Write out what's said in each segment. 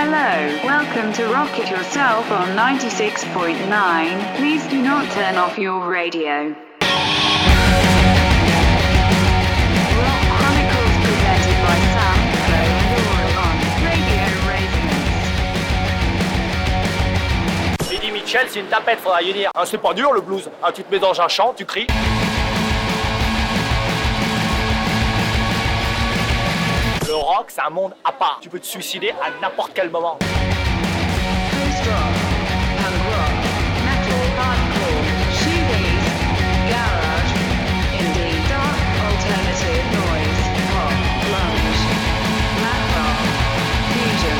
Hello, welcome to Rock It Yourself on 96.9. Please do not turn off your radio. Rock Chronicles presented by Sam, Flo and Laura on Radio Resonance. Eddie Mitchell, c'est une tapette, faudra y dire. Ah, c'est pas dur le blues. Ah, tu te mets dans un champ, tu cries. Le rock, c'est un monde à part. Tu peux te suicider à n'importe quel moment. Post-rock, punk rock, metal, hardcore, shoegaze, garage, indie, dark, alternative, noise, pop, grunge, math rock, fusion,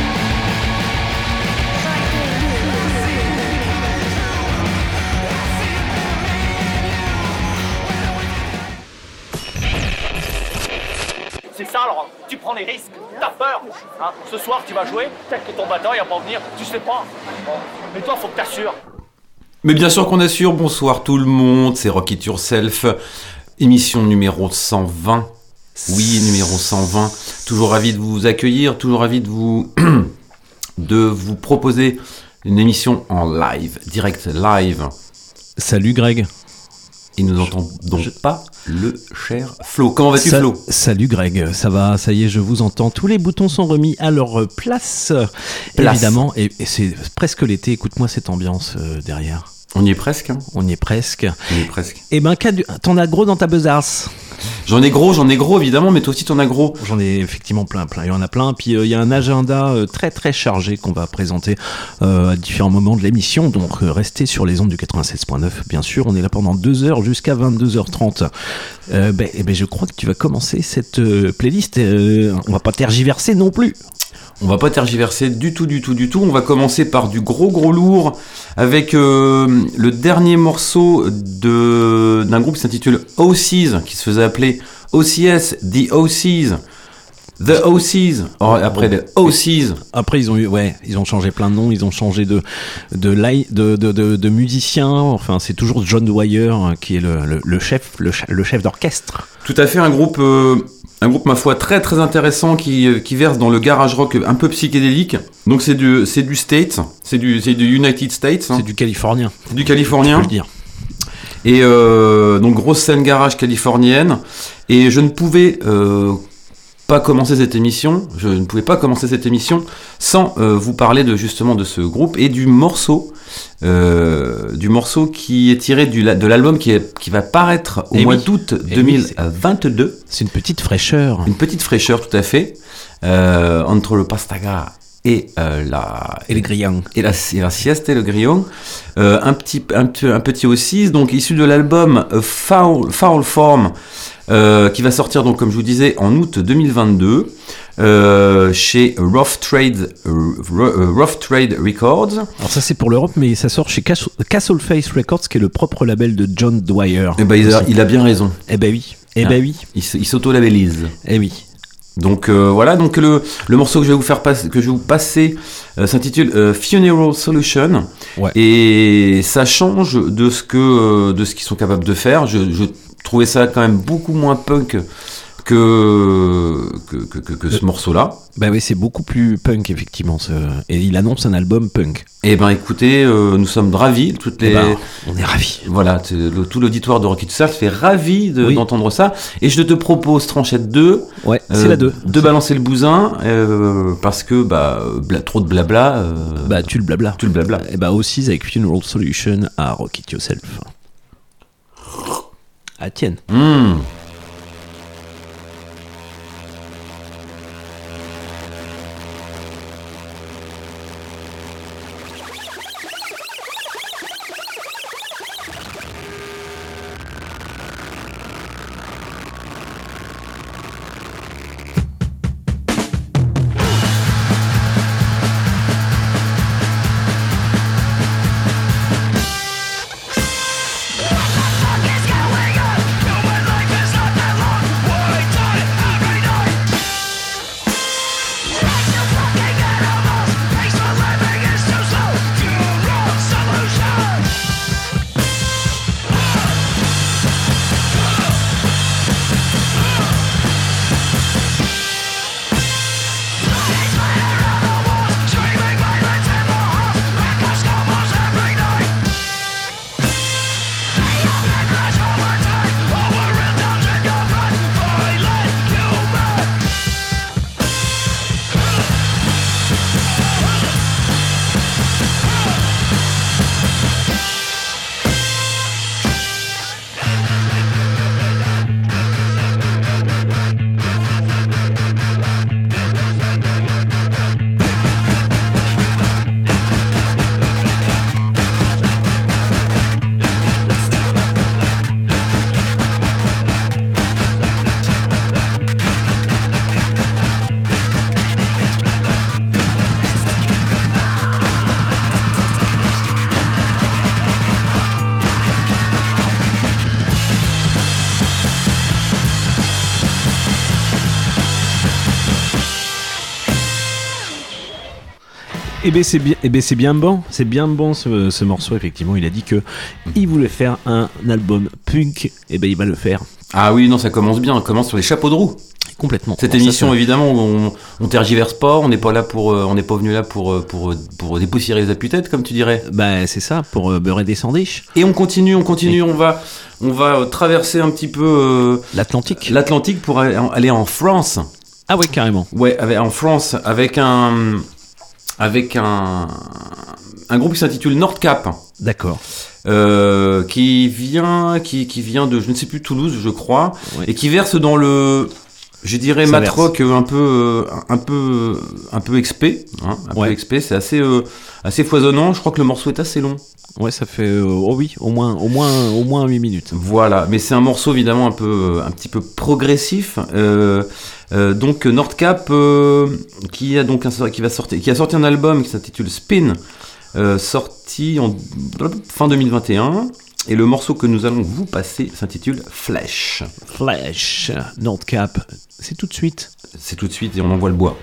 C'est ça, Laurent. Tu prends les risques, t'as peur. Hein. Ce soir, tu vas jouer, peut-être que ton batteur, il va pas venir, tu sais pas. Bon. Mais toi, faut que t'assures. Mais bien sûr qu'on assure, bonsoir tout le monde, c'est Rock It Yourself, émission numéro 120. Oui, numéro 120. Toujours ravi de vous accueillir, toujours ravi de vous proposer une émission en live, direct live. Salut Greg. Et nous n'entendons pas le cher Flo. Comment vas-tu Flo ? Salut Greg, ça va, ça y est, je vous entends. Tous les boutons sont remis à leur place. Évidemment, et c'est presque l'été, écoute-moi cette ambiance derrière. On y est presque. Hein. On y est presque. Eh ben, t'en as gros dans ta besace. J'en ai gros évidemment, mais toi aussi t'en as gros. J'en ai effectivement plein, il y en a plein. Puis il y a un agenda très très chargé qu'on va présenter à différents moments de l'émission. Donc restez sur les ondes du 96.9, bien sûr. On est là pendant 2 heures jusqu'à 22h30. Je crois que tu vas commencer cette playlist. On va pas tergiverser non plus. On va pas tergiverser du tout. On va commencer par du gros lourd avec le dernier morceau d'un groupe qui s'intitule OCs, qui se faisait appeler OCS, The OCs. The OCs. Après les OCs. Après ils ont changé plein de noms, ils ont changé de musicien. Enfin c'est toujours John Dwyer qui est le chef d'orchestre. Tout à fait, un groupe ma foi très très intéressant qui verse dans le garage rock un peu psychédélique. Donc c'est du States, c'est du United States. Hein. C'est du californien. C'est du californien. Je peux le dire. Et donc grosse scène garage californienne. Et je ne pouvais pas commencer cette émission. Sans vous parler justement de ce groupe et du morceau qui est tiré de l'album qui va paraître au mois d'août 2022. C'est une petite fraîcheur. Une petite fraîcheur, tout à fait. Entre le pastaga et le grillon. Et la siesta et le grillon. Un petit O6, donc issu de l'album Foul Form, qui va sortir, donc, comme je vous disais, en août 2022. Chez Rough Trade Records. Alors ça c'est pour l'Europe, mais ça sort chez Castle Face Records, qui est le propre label de John Dwyer. Eh ben il a bien raison. Eh ben oui. Il s'auto-labellise. Eh oui. Donc voilà, donc le morceau que je vais vous passer s'intitule Funeral Solution. Ouais. Et ça change de ce qu'ils sont capables de faire. Je trouvais ça quand même beaucoup moins punk que ce morceau-là. Bah oui, c'est beaucoup plus punk effectivement. Et il annonce un album punk. Eh ben écoutez, nous sommes ravis. On est ravis. Voilà, tout l'auditoire de Rock It Yourself fait ravi d'entendre ça. Et je te propose Tranchette 2. Ouais, c'est la 2. De balancer le bousin, parce que trop de blabla. Tu le blabla. Et aussi avec Funeral Solution à Rock It Yourself. Ah tienne. What the fuck is going on? No one life is c'est bien bon. C'est bien bon ce morceau, effectivement. Il a dit que il voulait faire un album punk. Et ben il va le faire. Ah oui, non, ça commence bien. On commence sur les chapeaux de roue. Complètement. Cette émission, évidemment, on tergiverse pas. On n'est pas là on n'est pas venu là pour dépoussiérer les appuis-têtes, comme tu dirais. Bah c'est ça, pour beurrer des sandwichs. Et on continue. On va traverser un petit peu l'Atlantique pour aller en France. Ah ouais, carrément. Ouais, en France, avec un groupe qui s'intitule Nordcap. D'accord. Qui vient de, je ne sais plus, Toulouse, je crois, ouais. Et qui verse dans le, je dirais, mat-rock un peu expé, hein, peu expé. C'est assez foisonnant. Je crois que le morceau est assez long. Ouais, ça fait au moins 8 minutes. Voilà, mais c'est un morceau évidemment un petit peu progressif. Donc Nordcap qui a sorti un album qui s'intitule Spin, sorti en fin 2021, et le morceau que nous allons vous passer s'intitule Flash. Nordcap, c'est tout de suite. C'est tout de suite et on envoie le bois.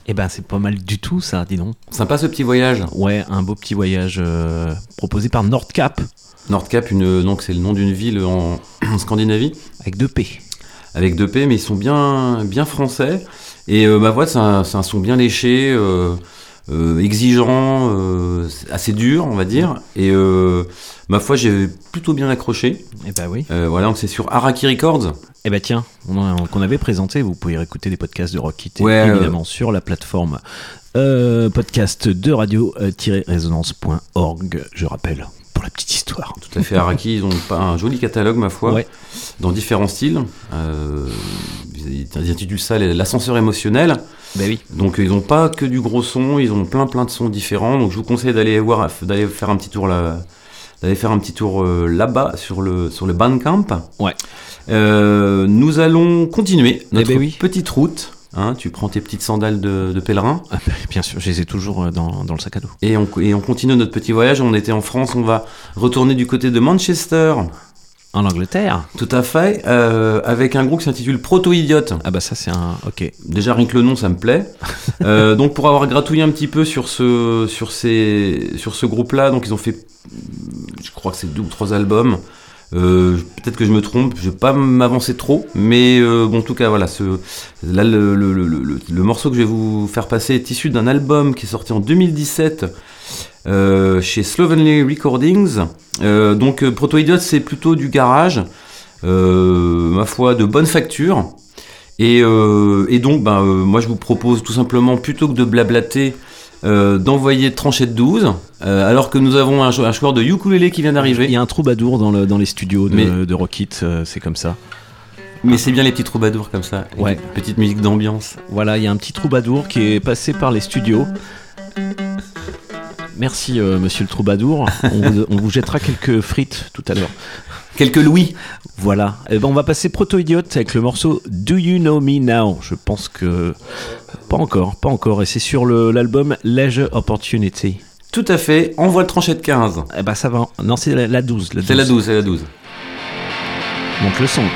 Eh ben, c'est pas mal du tout, ça, dis donc. Sympa ce petit voyage. Ouais, un beau petit voyage proposé par Nordcap. Nordcap, donc c'est le nom d'une ville en Scandinavie. Avec 2 P. Avec 2 P, mais ils sont bien français. Et ma voix, c'est un son bien léché, exigeant, assez dur, on va dire. Et ma foi, j'ai plutôt bien accroché. Eh ben oui. Voilà, donc c'est sur Araki Records. Eh ben tiens, qu'on avait présenté, vous pouvez réécouter les podcasts de Rock It, Ouais, évidemment, sur la plateforme podcast de radio-résonance.org, je rappelle. Pour la petite histoire. Tout à fait, Araki, ils ont un joli catalogue, ma foi, ouais. Dans différents styles. Ils intitulent ça l'ascenseur émotionnel. Ben oui. Donc ils n'ont pas que du gros son, ils ont plein de sons différents. Donc je vous conseille d'aller faire un petit tour là-bas sur le Bandcamp. Ouais. Nous allons continuer notre petite route. Hein, tu prends tes petites sandales de pèlerin. Ah, bien sûr, je les ai toujours dans le sac à dos. Et on continue notre petit voyage. On était en France, on va retourner du côté de Manchester. En Angleterre. Tout à fait, avec un groupe qui s'intitule Proto-Idiot. Ah bah ça c'est un... Ok. Déjà rien que le nom ça me plaît. Donc pour avoir gratouillé un petit peu sur ce groupe-là, donc ils ont fait, je crois que c'est 2 ou 3 albums. Peut-être que je me trompe, je vais pas m'avancer trop, mais bon, en tout cas voilà, le morceau que je vais vous faire passer est issu d'un album qui est sorti en 2017 chez Slovenly Recordings. Donc Proto-Idiot, c'est plutôt du garage, ma foi, de bonne facture. Et donc moi je vous propose tout simplement, plutôt que de blablater, d'envoyer Tranchette 12, alors que nous avons un joueur de ukulélé qui vient d'arriver. Il y a un troubadour dans les studios de Rock It, c'est comme ça. Mais c'est bien les petits troubadours comme ça, ouais. Petite musique d'ambiance. Voilà, il y a un petit troubadour qui est passé par les studios. Merci monsieur le troubadour, on vous jettera quelques frites tout à l'heure. Quelques louis. Voilà, et on va passer Proto-Idiot avec le morceau Do You Know Me Now. Je pense que pas encore, et c'est sur l'album Leisure Opportunity. Tout à fait, envoie le Tranchette 15. Eh ben ça va, non c'est la 12. C'est la 12. Monte le son.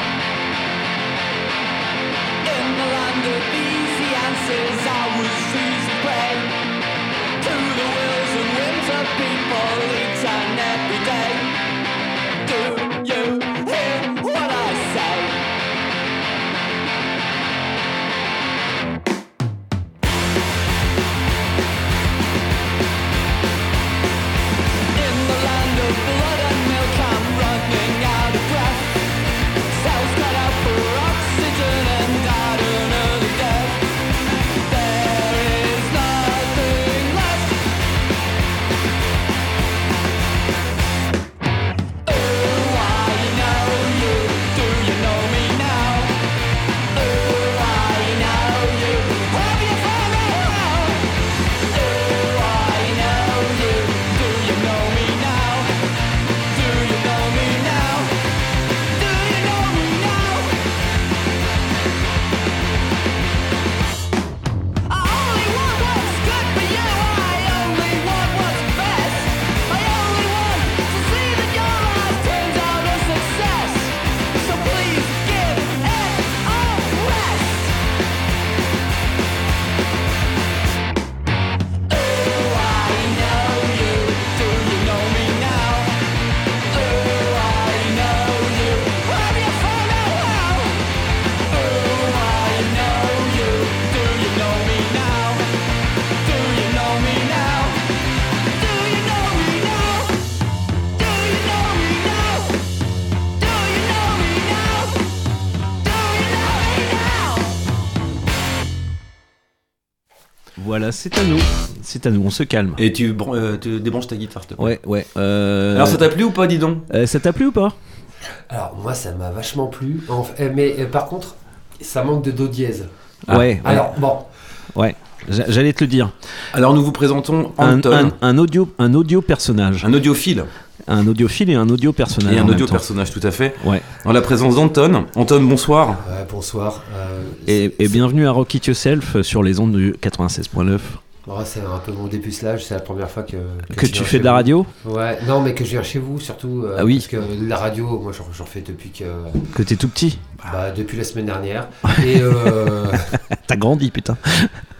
Voilà, c'est à nous, on se calme. Et tu débranches ta guitare, s'il te plaît. Ouais. Alors ça t'a plu ou pas, dis donc ? Ça t'a plu ou pas ? Alors moi ça m'a vachement plu, mais par contre ça manque de do dièse. Ouais. Alors bon. Ouais. J'allais te le dire. Alors nous vous présentons Anton. Un audio personnage. Un audiophile. Un audiophile et un audio personnage. Et un audio personnage, tout à fait. Ouais. En la présence d'Anton. Anton, bonsoir. Bonsoir. Et bienvenue à Rock It Yourself sur les ondes du 96.9. C'est un peu mon dépucelage, c'est la première fois que tu fais de la radio. Ouais, non, mais que je viens chez vous surtout. Ah oui. Parce que la radio, moi j'en fais depuis que t'es tout petit. Depuis la semaine dernière. Et t'as grandi, putain.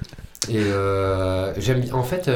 Et j'aime. En fait,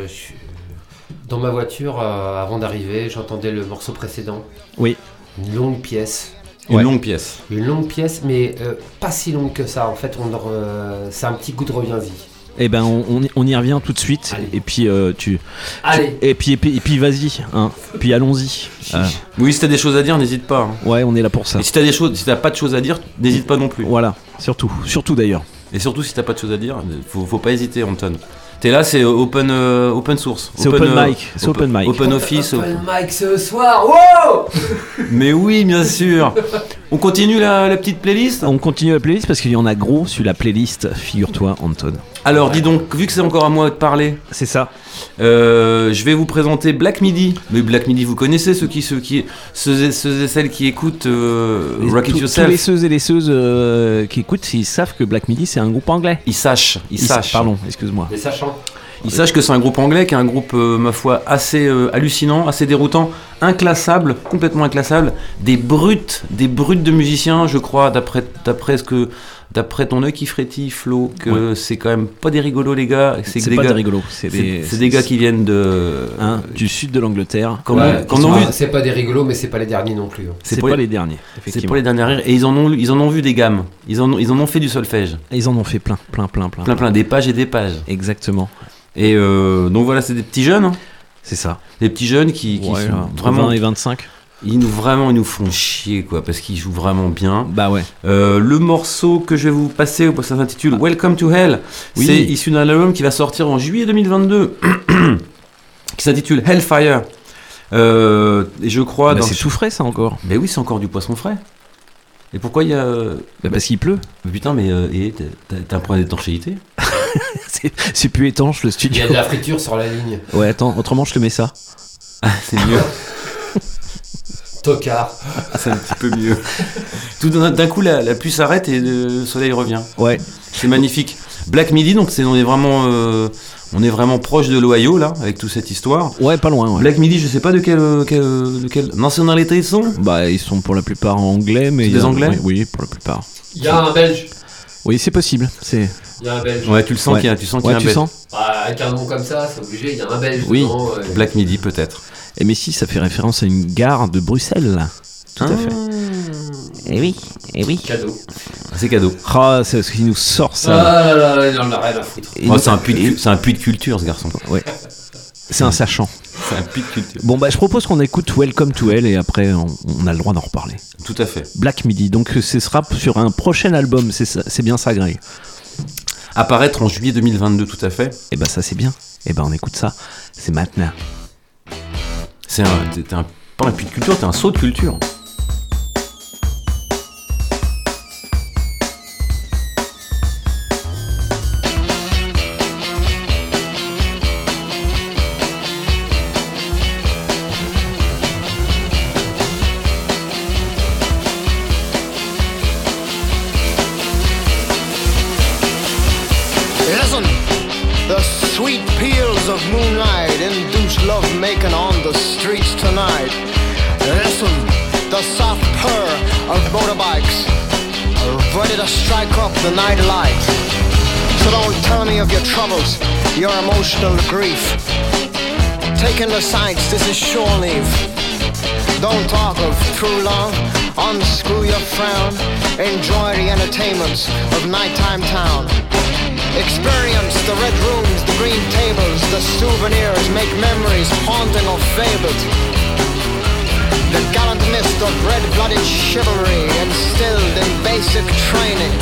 dans ma voiture, avant d'arriver, j'entendais le morceau précédent. Oui. Une longue pièce. Une longue pièce. Une longue pièce, mais pas si longue que ça. En fait, c'est un petit goût de reviens-y. Eh ben, on y revient tout de suite. Allez. Et puis Allez. Et puis vas-y, hein. Puis allons-y. Oui, si t'as des choses à dire, n'hésite pas. Hein. Ouais, on est là pour ça. Et si t'as pas de choses à dire, n'hésite pas non plus. Voilà, surtout d'ailleurs. Et surtout, si t'as pas de choses à dire, faut pas hésiter, Anton. T'es là, c'est open source. C'est open mic. C'est open mic. Open office. Open mic ce soir. Wow. Mais oui, bien sûr. On continue la petite playlist. On continue la playlist parce qu'il y en a gros sur la playlist, figure-toi, Anton. Alors, dis donc, vu que c'est encore à moi de parler, C'est ça. je vais vous présenter Black Midi. Mais Black Midi, vous connaissez ceux et celles qui écoutent Rock It Tous Yourself. les ceux et les ceuses qui écoutent, ils savent que Black Midi c'est un groupe anglais. Ils sachent. Pardon, excuse-moi. Les sachants. Ils sachent que c'est un groupe anglais, qui est un groupe, ma foi, assez hallucinant, assez déroutant, inclassable, complètement inclassable. Des brutes de musiciens, je crois, d'après ton œil qui frétille, Flo, que c'est quand même pas des rigolos, les gars. C'est pas des rigolos, c'est des gars qui viennent du sud de l'Angleterre. C'est pas des rigolos, mais c'est pas les derniers non plus. C'est pas les derniers, C'est effectivement. pas les dernières rires. Et ils en ont vu des gammes. Ils en ont fait du solfège. Et ils en ont fait plein. Plein, des pages et des pages. Exactement. Et donc voilà, c'est des petits jeunes. Hein. C'est ça. Des petits jeunes qui Ouais, sont entre vraiment 20 et 25. ils nous font chier, quoi, parce qu'ils jouent vraiment bien. Bah ouais. Le morceau que je vais vous passer, ça s'intitule Welcome to Hell. Oui. C'est issu d'un album qui va sortir en juillet 2022, qui s'intitule Hellfire. Et je crois. Bah, c'est tout frais ça encore. Mais oui, c'est encore du poisson frais. Et pourquoi il y a. Bah, parce qu'il pleut. Putain, mais t'as un problème d'étanchéité? C'est plus étanche le Il y studio. a de la friture sur la ligne. Ouais, attends, autrement je te mets ça. Ah, c'est mieux. Tocard. C'est un petit peu mieux. Tout d'un coup, la pluie s'arrête et le soleil revient. Ouais. C'est magnifique. Black Midi, donc on est vraiment proche de l'Ohio là, avec toute cette histoire. Ouais, pas loin. Ouais. Black Midi, je sais pas de quelle nationalité ils sont. Bah, ils sont pour la plupart anglais, mais C'est il y a- des Anglais Oui, pour la plupart. Il y a un Belge. Oui, c'est possible. Il y a un Belge. Ouais, tu le sens Ouais. qu'il y a, tu sens qu'il y a Ouais, un tu Belge. sens. Bah, avec un nom comme ça, c'est obligé. Il y a un Belge. Oui. dedans, Black Midi peut-être. Et mais si, ça fait référence à une gare de Bruxelles. Tout à fait. Eh oui, eh oui. Cadeau. C'est cadeau. Ah, c'est ce qui nous sort ça. Ah là là, il en a rien à foutre. Et Oh, nous- c'est un puits de culture, ce garçon. Ouais. C'est un sachant. C'est un puits de culture. Bon, bah, je propose qu'on écoute Welcome to Hell et après, on a le droit d'en reparler. Tout à fait. Black Midi, donc ce sera sur un prochain album, c'est bien ça, Greg. Apparaître en juillet 2022, tout à fait. Et bah, ça, c'est bien. Et bah, on écoute ça. C'est maintenant. T'es pas un puits de culture, t'es un saut de culture. Listen, the sweet peals of moonlight induce love making on the streets tonight. Listen, the soft purr of motorbikes ready to strike up the night light. So don't tell me of your troubles, your emotional grief. Taking the sights, this is shore leave. Don't talk of true love, unscrew your frown. Enjoy the entertainments of nighttime town. Experience the red rooms, the green tables, the souvenirs, make memories haunting or fabled. The gallant mist of red-blooded chivalry instilled in basic training.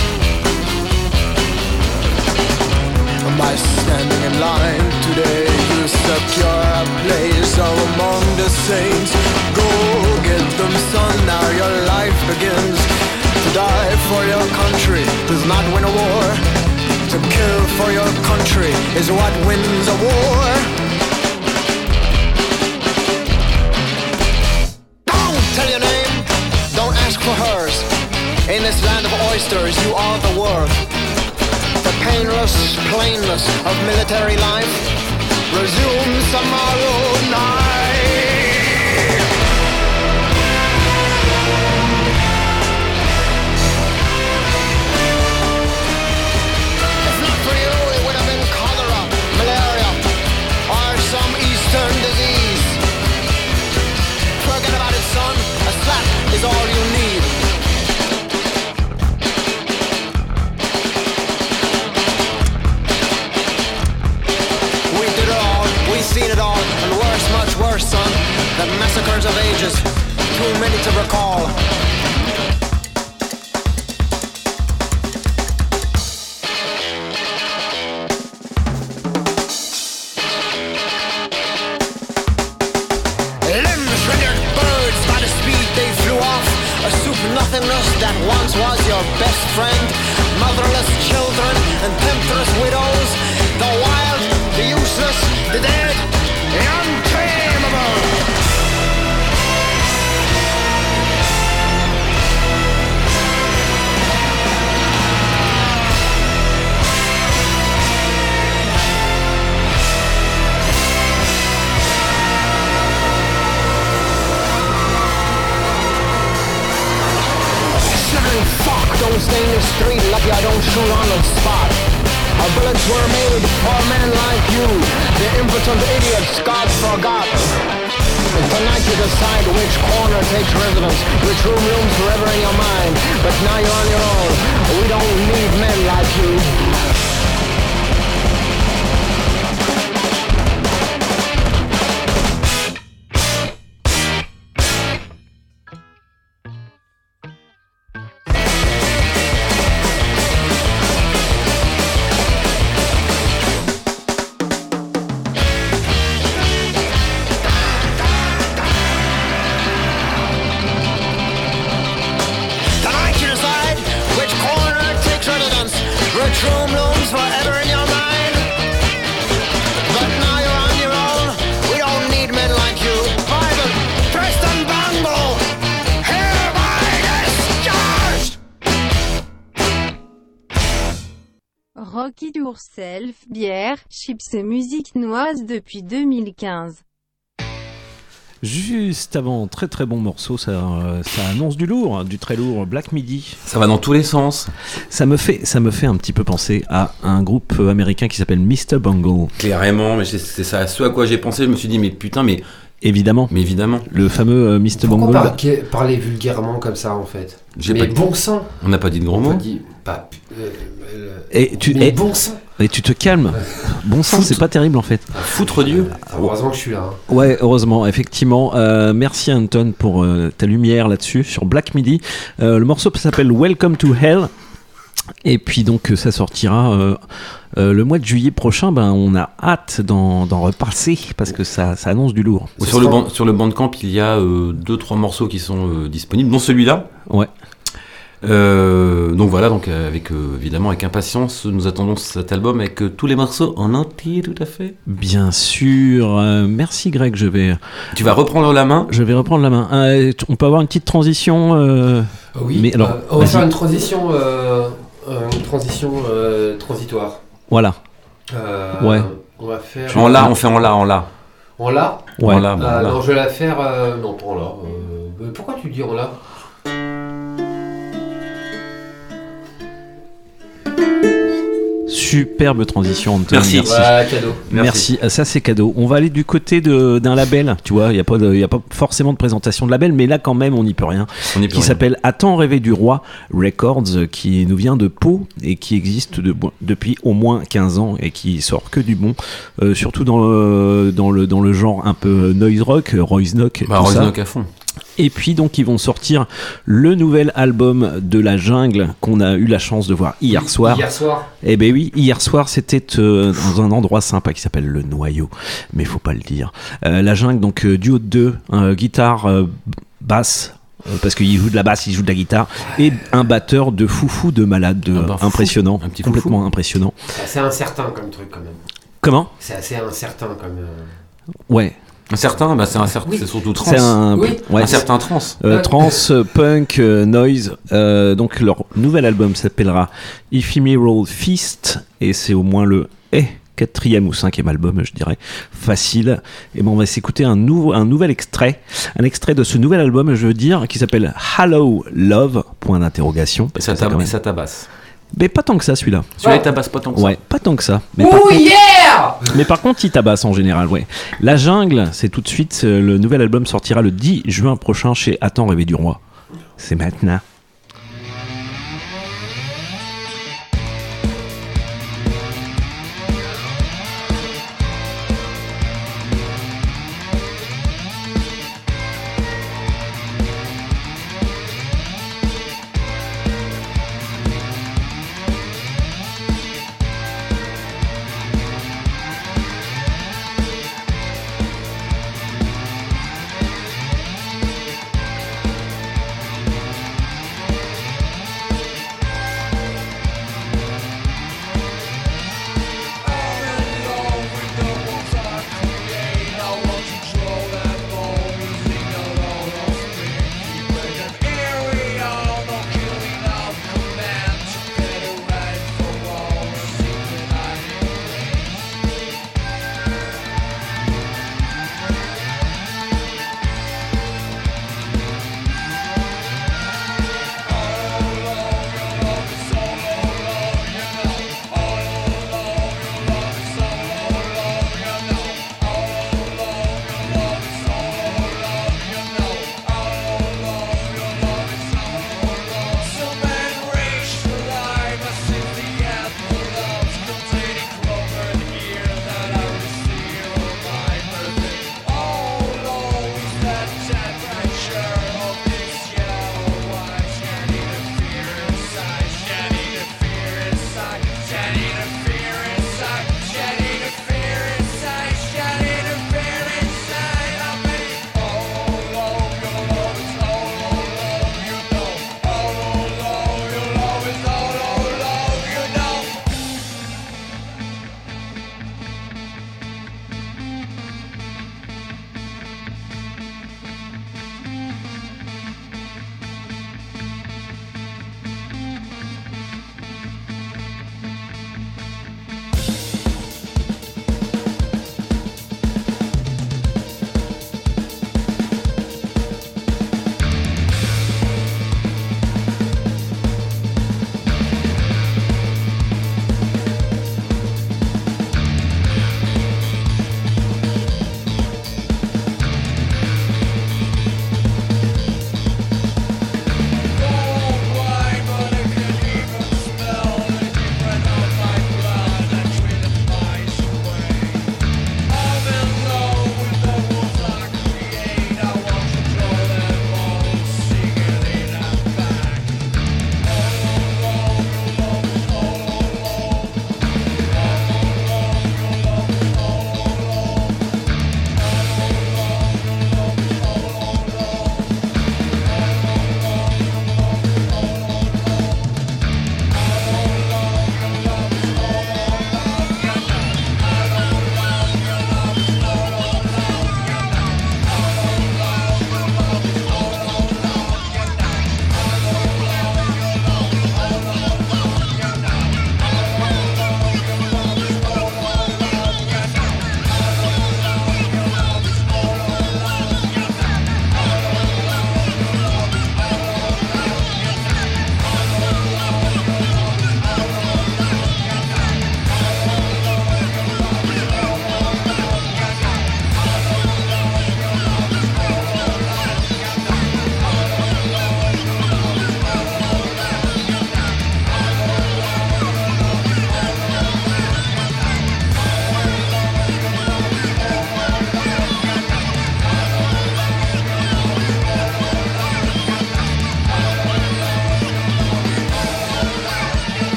By standing in line today, you secure a place among the saints. Go get them, son, now your life begins. To die for your country does not win a war. To kill for your country is what wins a war. Don't tell your name, don't ask for hers. In this land of oysters, you are the worth. The painless plainness of military life resumes tomorrow night. If not for you, it would have been called scars of ages, too many to recall. Nothingness that once was your best friend. Motherless children and temptress widows. The wild, the useless, the dead, the untamable. Fuck, don't stay in the street, lucky I don't shoot on the spot. Our bullets were made for men like you, the impotent idiots God forgot. And tonight you decide which corner takes residence, which room looms forever in your mind. But now you're on your own, we don't need men like you. Rocky Yourself, bière, chips et musique noise depuis 2015. Juste avant, très très bon morceau, ça annonce du lourd, du très lourd, Black Midi. Ça va dans tous les sens. Ça me fait un petit peu penser à un groupe américain qui s'appelle Mr. Bungle. Clairement, mais c'est ça, ce à quoi j'ai pensé, je me suis dit, mais putain, mais... Évidemment. Mais évidemment. Le fameux Mr. Bungle. Pourquoi parler vulgairement comme ça, en fait? Mais bon sang. On n'a pas dit de gros mots. Et bon sang. Et tu te calmes. Bon sang, c'est pas terrible en fait. Foutre Dieu. Heureusement que je suis là. Hein. Ouais, heureusement, effectivement. Merci Anton pour ta lumière là-dessus sur Black Midi. Le morceau s'appelle Welcome to Hell. Et puis donc ça sortira le mois de juillet prochain. Ben on a hâte d'en repasser parce que ça annonce du lourd. Sur le Bandcamp, il y a 2-3 morceaux qui sont disponibles, dont celui-là. Ouais. Donc voilà, donc évidemment avec impatience, nous attendons cet album avec tous les morceaux en entier, tout à fait. Bien sûr. Merci Greg, Tu vas reprendre la main. Je vais reprendre la main. On peut avoir une petite transition. Oui. Mais alors, on va faire une transition transitoire. Voilà. Ouais. On va faire. En la, on fait en la. En la. Ouais. En la. Non, je vais la faire. Non, pas en la. Pourquoi tu dis en la? Superbe transition, Anton. Merci. Ouais, cadeau. Merci. Ça c'est cadeau. On va aller du côté d'un label. Tu vois, il y a pas forcément de présentation de label, mais là quand même on n'y peut rien. Qui s'appelle À temps rêvé du roi Records, qui nous vient de Pau et qui existe depuis au moins 15 ans et qui sort que du bon, surtout dans le genre un peu noise rock, Royce Knock. Royce Knock à fond. Et puis donc ils vont sortir le nouvel album de La Jungle qu'on a eu la chance de voir hier soir. Eh ben oui, hier soir c'était dans un endroit sympa qui s'appelle Le Noyau, mais faut pas le dire. La Jungle, donc duo de deux, guitare, basse. Parce qu'il joue de la basse, il joue de la guitare, et un batteur de foufou de malade, impressionnant, un petit complètement foufou. Impressionnant. C'est assez incertain comme truc quand même. Comment ? C'est assez incertain comme. Ouais. Un certain, oui. C'est surtout trans. C'est un certain trans. Trans, punk, noise. Donc leur nouvel album s'appellera Ephemeral Feast, et c'est au moins le 4e ou 5e album, je dirais, facile. Et bon, on va s'écouter un nouvel extrait, un extrait de ce nouvel album, je veux dire, qui s'appelle Hello Love, point d'interrogation. Et ça tabasse. Mais pas tant que ça, celui-là. Celui-là, il tabasse pas tant que ça. Ouais, pas tant que ça. Mais par contre, il tabasse en général, ouais. La Jungle, c'est tout de suite. Le nouvel album sortira le 10 juin prochain chez À temps rêvé du roi. C'est maintenant.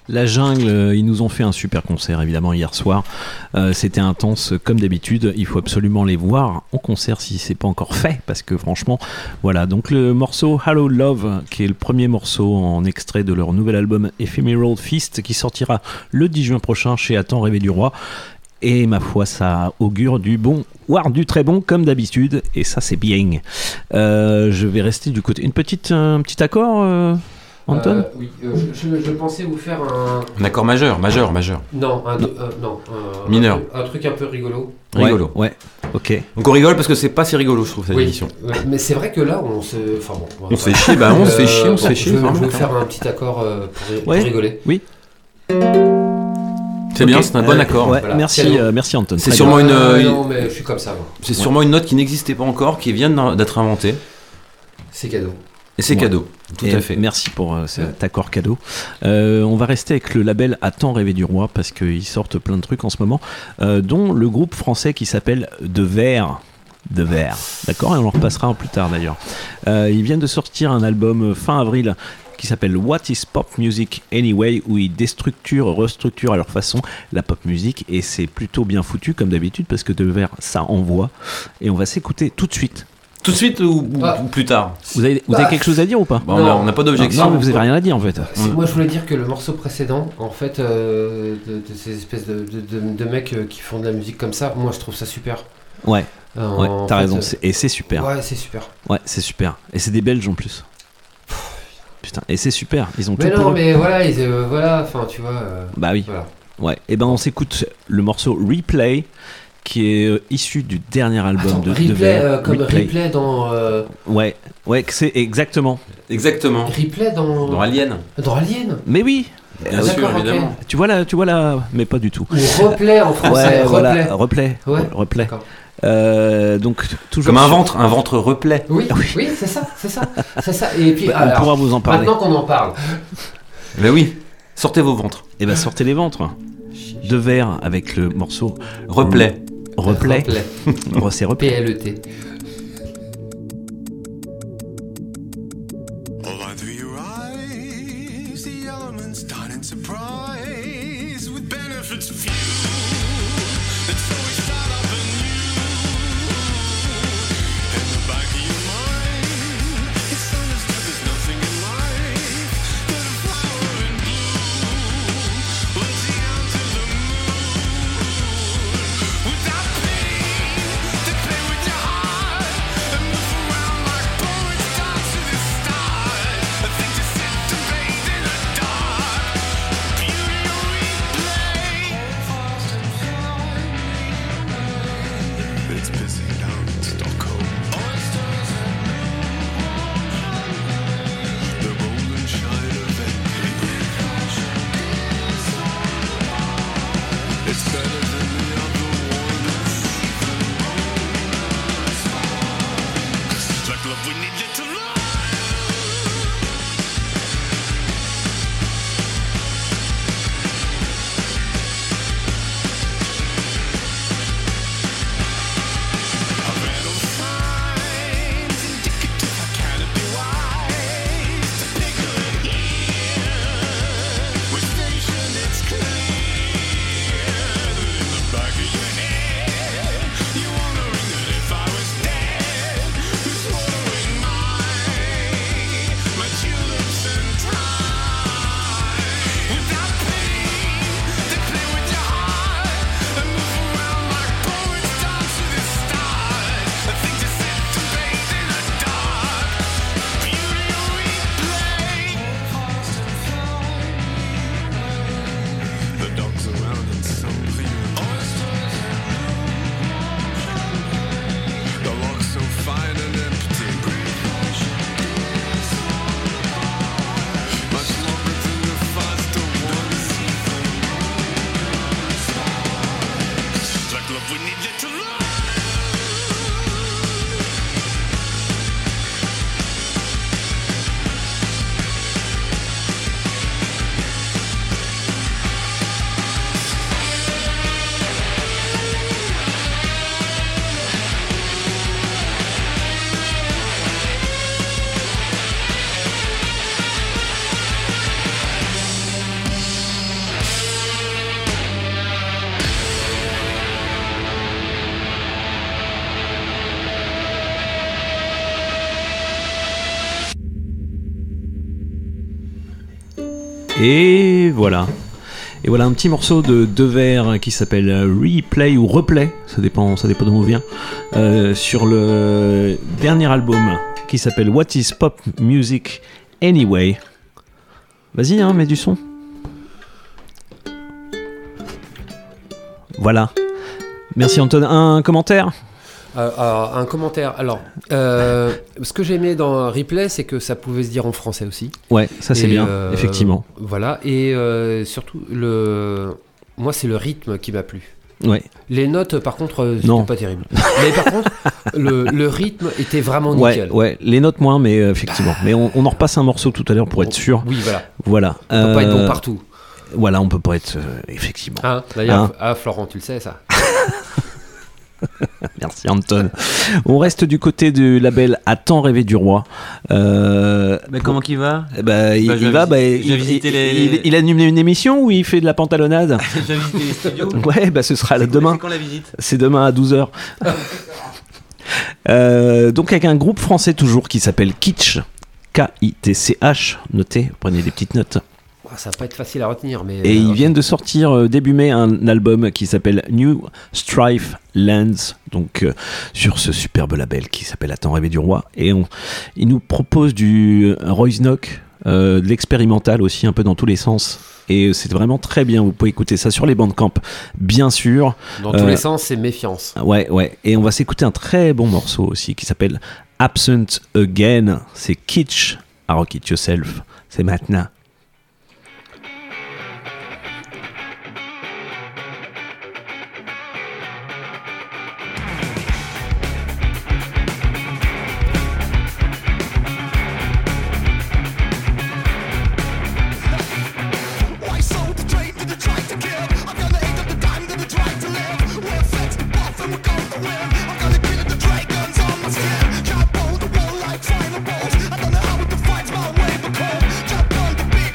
La Jungle, ils nous ont fait un super concert évidemment hier soir. C'était intense comme d'habitude. Il faut absolument les voir en concert si c'est pas encore fait, parce que franchement, voilà. Donc le morceau Hello Love, qui est le premier morceau en extrait de leur nouvel album Ephemeral Feast, qui sortira le 10 juin prochain chez Attends rêver du roi. Et ma foi, ça augure du bon, voire du très bon, comme d'habitude. Et ça, c'est bien. Je vais rester du côté. Un petit accord, Anton? Oui, je pensais vous faire un accord majeur. Non, mineur. Un truc un peu rigolo. Rigolo. Ouais, ok. Donc on rigole parce que c'est pas si rigolo, je trouve, cette émission. Mais c'est vrai que là, on se... Enfin bon... On se fait chier, on se fait chier. Je vais vous faire un petit accord pour rigoler. Oui. C'est bien, c'est un bon accord. Ouais, voilà. Merci Anton. C'est sûrement non, mais je suis comme ça. Moi. C'est sûrement une note qui n'existait pas encore, qui vient d'être inventée. C'est cadeau. Et c'est cadeau, tout à fait. Merci pour cet accord cadeau. On va rester avec le label Attends rêver du roi, parce qu'ils sortent plein de trucs en ce moment, dont le groupe français qui s'appelle De Verre. D'accord, et on en repassera plus tard d'ailleurs. Ils viennent de sortir un album fin avril qui s'appelle What is Pop Music Anyway, où ils restructurent à leur façon la pop music, et c'est plutôt bien foutu comme d'habitude, parce que De Verre, ça envoie, et on va s'écouter tout de suite. Tout de suite ou plus tard? Vous avez quelque chose à dire ou pas? On n'a pas d'objection. Non, mais vous avez rien à dire en fait. Moi je voulais dire que le morceau précédent, en fait, de ces espèces de mecs qui font de la musique comme ça, moi je trouve ça super. Ouais, t'as raison, et c'est super. Ouais, c'est super. Ouais, c'est super. Et c'est des Belges en plus. Putain, et c'est super, ils ont mais tout non, pour mais voilà, enfin tu vois. Bah oui. Voilà. Ouais, et ben on s'écoute le morceau Replay, qui est issu du dernier album de Verre. Comme Replay dans. Ouais, c'est exactement. Replay dans Alien. Dans Alien. Mais oui. Bien sûr, évidemment. Okay. Tu vois là, mais pas du tout. Ou Replay en français. Ouais, voilà, Replay. Ouais. Replay. D'accord. Donc toujours comme un ventre replay. Oui, c'est ça. Et puis on pourra vous en parler. Maintenant qu'on en parle. Mais oui, sortez vos ventres. Et ben sortez les ventres. De Verre avec le morceau Replay. C'est Replay. PLET. Et voilà. Et voilà un petit morceau de deux vers qui s'appelle Replay ou Replay, ça dépend d'où on vient, sur le dernier album qui s'appelle What is Pop Music Anyway. Vas-y, mets du son. Voilà. Merci Anton. Un commentaire ? Un commentaire. Alors, ce que j'aimais dans Replay, c'est que ça pouvait se dire en français aussi. Ouais, ça c'est bien, effectivement. Voilà, et surtout, moi, c'est le rythme qui m'a plu. Ouais. Les notes, par contre, c'était pas terrible. Mais par contre, le rythme était vraiment nickel. Ouais, les notes moins, mais effectivement. Mais on en repasse un morceau tout à l'heure pour être sûr. Oui, voilà. Voilà. On peut pas être bon partout. Voilà, on peut pas être effectivement. D'ailleurs, Florent, tu le sais ça. Merci Anton. On reste du côté du label À tant rêver du roi. Comment qu'il va ? Il anime une émission où il fait de la pantalonnade. J'ai visité les studios. Ouais, ce sera demain. C'est quand la visite ? C'est demain à 12h. Donc avec un groupe français toujours qui s'appelle Kitsch. K-I-T-C-H. Notez, prenez des petites notes. Ça va pas être facile à retenir, mais... Et ils viennent de sortir début mai un album qui s'appelle New Strife Lands, donc sur ce superbe label qui s'appelle À tant rêver du roi. Et ils nous proposent du Royce Knock, de l'expérimental aussi, un peu dans tous les sens. Et c'est vraiment très bien, vous pouvez écouter ça sur les Bandcamp, bien sûr. Dans tous les sens, c'est méfiance. Ouais. Et on va s'écouter un très bon morceau aussi qui s'appelle Absent Again. C'est Kitsch, à Rock It Yourself. C'est maintenant. Can't hold the wall like final balls. I don't know how to fight my way back home. Jump on the beat.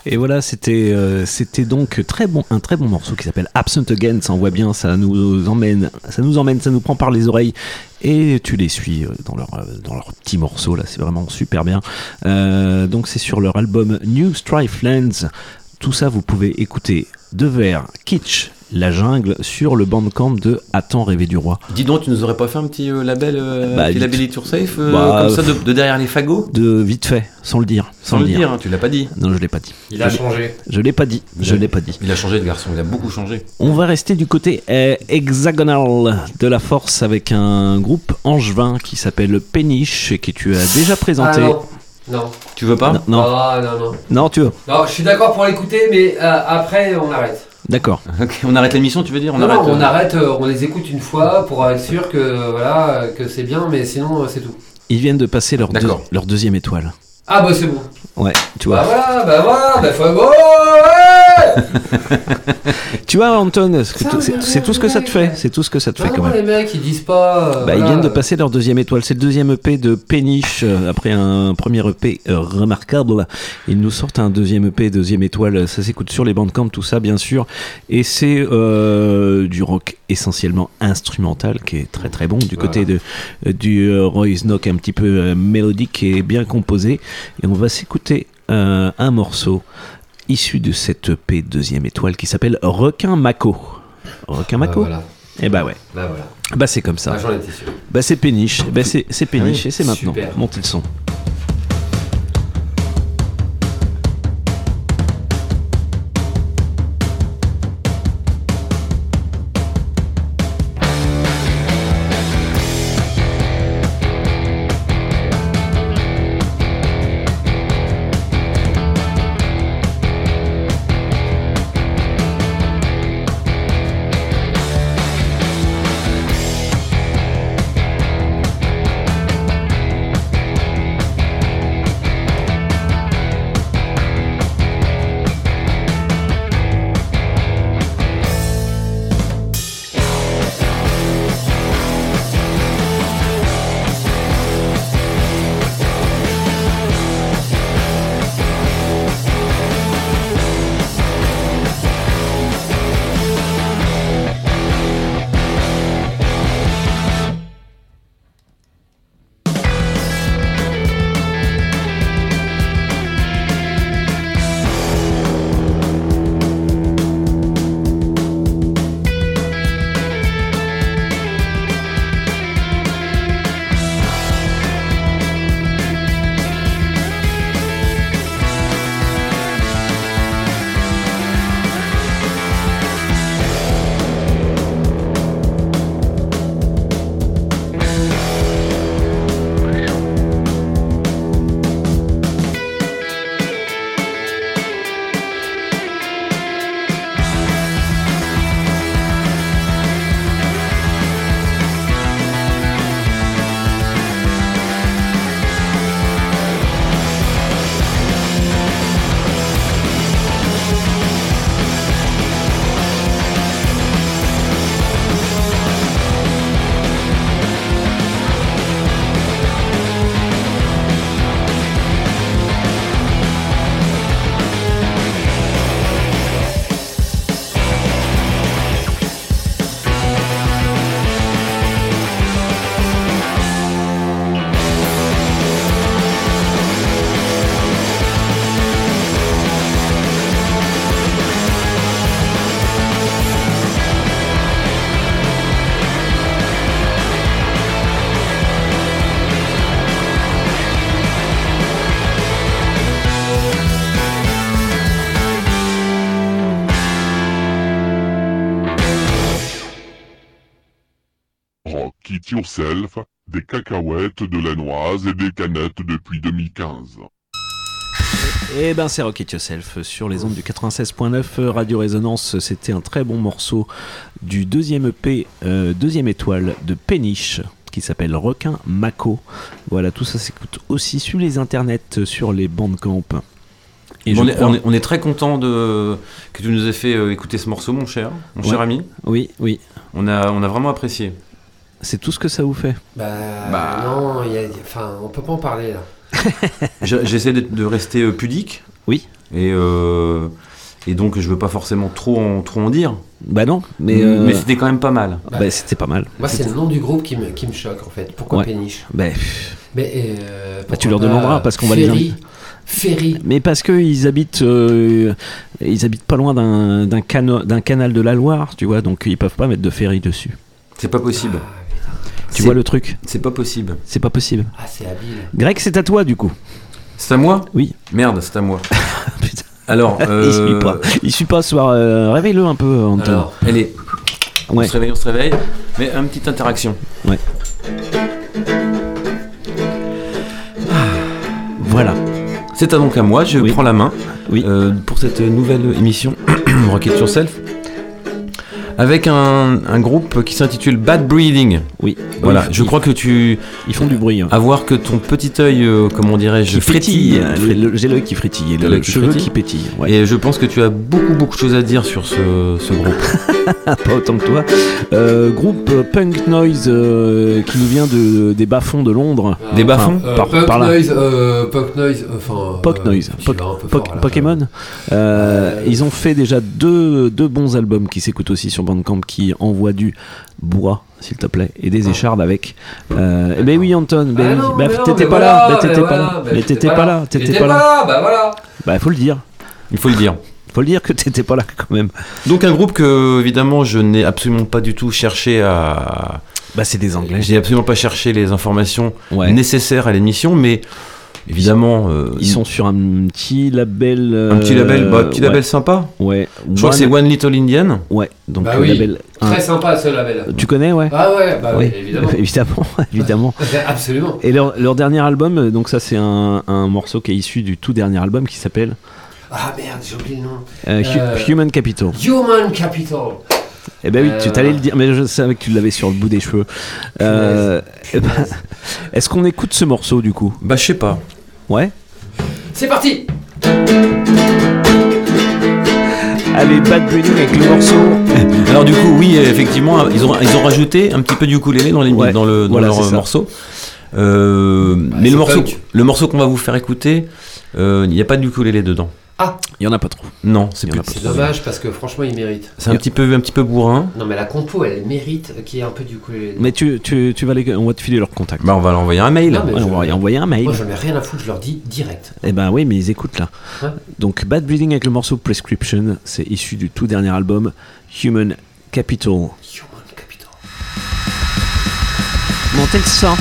Et voilà, c'était donc un très bon morceau qui s'appelle Absent Again. Ça, on voit bien, ça nous emmène, ça nous prend par les oreilles. Et tu les suis dans leur petit morceau là, c'est vraiment super bien. Donc c'est sur leur album New Strife Lands. Tout ça, vous pouvez écouter Devers, Kitsch, La Jungle sur le bandcamp de Attends rêver du roi. Dis donc, tu nous aurais pas fait un petit label, petit label It Yourself, bah, comme ça de derrière les fagots? De vite fait, sans le dire. Sans le dire, hein, tu l'as pas dit. Non, je l'ai pas dit. Il a changé. Je l'ai pas dit. Il a changé de garçon, il a beaucoup changé. On va rester du côté hexagonal de la force avec un groupe angevin qui s'appelle Péniche et que tu as déjà présenté. Ah non. Tu veux pas? Non. Ah, non. Non, tu veux? Non, je suis d'accord pour l'écouter, mais après, on arrête. D'accord. Okay, on arrête l'émission, tu veux dire? On arrête, on les écoute une fois pour être sûr que c'est bien, mais sinon, c'est tout. Ils viennent de passer leur deuxième étoile. Ah bah c'est bon. Ouais, tu vois. Ouais. Tu vois, Anton, c'est tout ce que ça te fait. C'est tout ce que ça te fait quand même. Les mecs, ils disent pas. Ils viennent de passer leur deuxième étoile. C'est le deuxième EP de Péniche. Après un premier EP remarquable, ils nous sortent un deuxième EP, deuxième étoile. Ça s'écoute sur les bandcamps, tout ça, bien sûr. Et c'est du rock essentiellement instrumental qui est très très bon. Du côté du Royce Knock, un petit peu mélodique et bien composé. Et on va s'écouter un morceau issu de cette EP deuxième étoile qui s'appelle Requin Mako. Requin Mako. Voilà. Et bah ouais. Bah voilà. Bah c'est comme ça. J'en étais sûr. Bah c'est Péniche. Bah c'est Péniche et c'est maintenant. Super. Montez le son. It Yourself, des cacahuètes, de la noise et des canettes depuis 2015. Et ben c'est Rock It Yourself sur les ondes du 96.9 Radio Résonance. C'était un très bon morceau du deuxième EP, deuxième étoile de Péniche qui s'appelle Requin Mako. Voilà, tout ça s'écoute aussi sur les internets, sur les bandcamp. Et on est très content que tu nous aies fait écouter ce morceau, mon cher ami. Oui. On a vraiment apprécié. C'est tout ce que ça vous fait? Non, on peut pas en parler là. J'essaie de rester pudique. Oui. Et donc je veux pas forcément trop en dire. Bah non, mais c'était quand même pas mal. Bah c'était pas mal. Moi c'est le nom du groupe qui me choque en fait. Pourquoi Péniche? Mais tu leur demanderas parce qu'on va les Ferry. Mais parce que ils habitent pas loin d'un canal de la Loire, tu vois, donc ils peuvent pas mettre de ferry dessus. C'est pas possible. Tu vois le truc? C'est pas possible. C'est pas possible. Ah, c'est habile. Greg, c'est à toi du coup. C'est à moi? Oui. Merde, c'est à moi. Putain. Alors, il suit pas ce soir. Réveille-le un peu, Anton. Alors, allez. Ouais. On se réveille. Mais une petite interaction. Ouais. Voilà. C'est donc à moi, je prends la main pour cette nouvelle émission Rocket Yourself avec un groupe qui s'intitule Bad Breeding. Oui. Voilà, je crois que ils font du bruit. À voir que ton petit œil, comment dirais-je, frétille. J'ai l'œil qui frétille, le cheveu qui pétille. Ouais. Et je pense que tu as beaucoup de choses à dire sur ce groupe. Pas autant que toi. Groupe punk noise qui nous vient des bas-fonds de Londres. Des bas-fonds Punk noise, Pokémon. Ils ont fait déjà deux bons albums qui s'écoutent aussi sur Bandcamp, qui envoient du bois, s'il te plaît, et des échardes avec. Ben oui, Anton, t'étais pas là. Bah voilà. Bah faut le dire. Il faut le dire. Faut le dire que t'étais pas là quand même. Donc un groupe que évidemment je n'ai absolument pas du tout cherché à. Bah c'est des Anglais. J'ai absolument pas cherché les informations nécessaires à l'émission, mais évidemment. Ils sont sur un petit label. Un petit label sympa. Ouais. Je crois que c'est One Little Indian. Ouais. Donc bah label. Très sympa ce label. Tu connais, ouais. Ah ouais, bah oui, évidemment. Absolument. Et leur dernier album, donc ça c'est un morceau qui est issu du tout dernier album qui s'appelle. Ah merde, j'ai oublié le nom. Human Capital. Human Capital. Eh ben oui, tu t'allais le dire, mais je savais que tu l'avais sur le bout des cheveux. Est-ce qu'on écoute ce morceau du coup? Bah je sais pas. Ouais. C'est parti. Allez, Bad Breeding avec le morceau. Alors du coup, oui, effectivement, ils ont rajouté un petit peu du ukulélé dans leur morceau. Mais le morceau qu'on va vous faire écouter, il n'y a pas de ukulélé dedans. Ah, il y en a pas trop. Non, c'est dommage parce que franchement, il mérite. C'est un petit peu bourrin. Non, mais la compo, elle mérite qu'il y ait un peu du ukulélé. Mais on va te filer leur contact. Bah, on va leur envoyer un mail. Non, on va envoyer un mail. Moi, j'en ai rien à foutre, je leur dis direct. Eh ben oui, mais ils écoutent là. Donc, Bad Breeding avec le morceau Prescription, c'est issu du tout dernier album Human Capital. Montez le sang.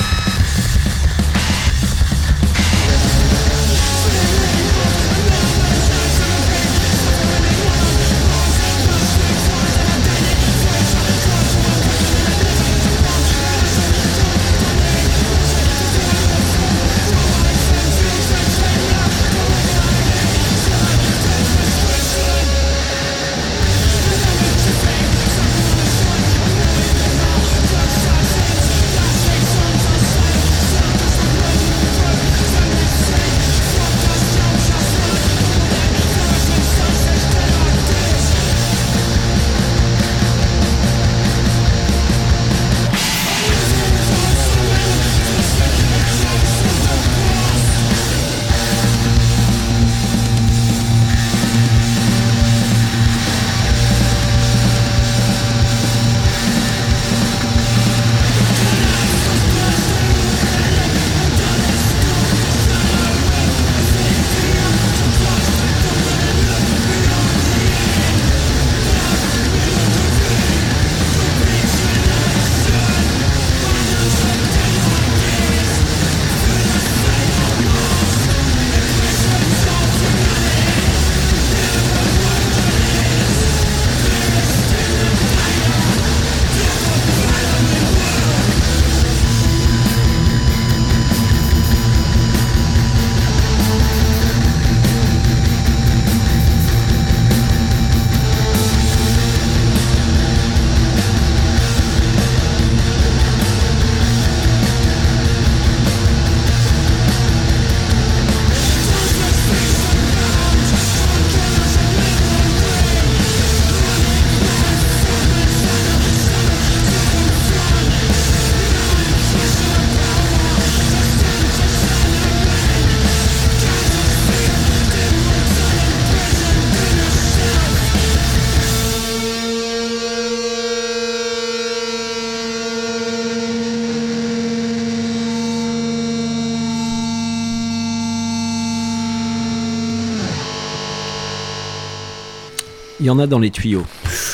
Il y en a dans les tuyaux.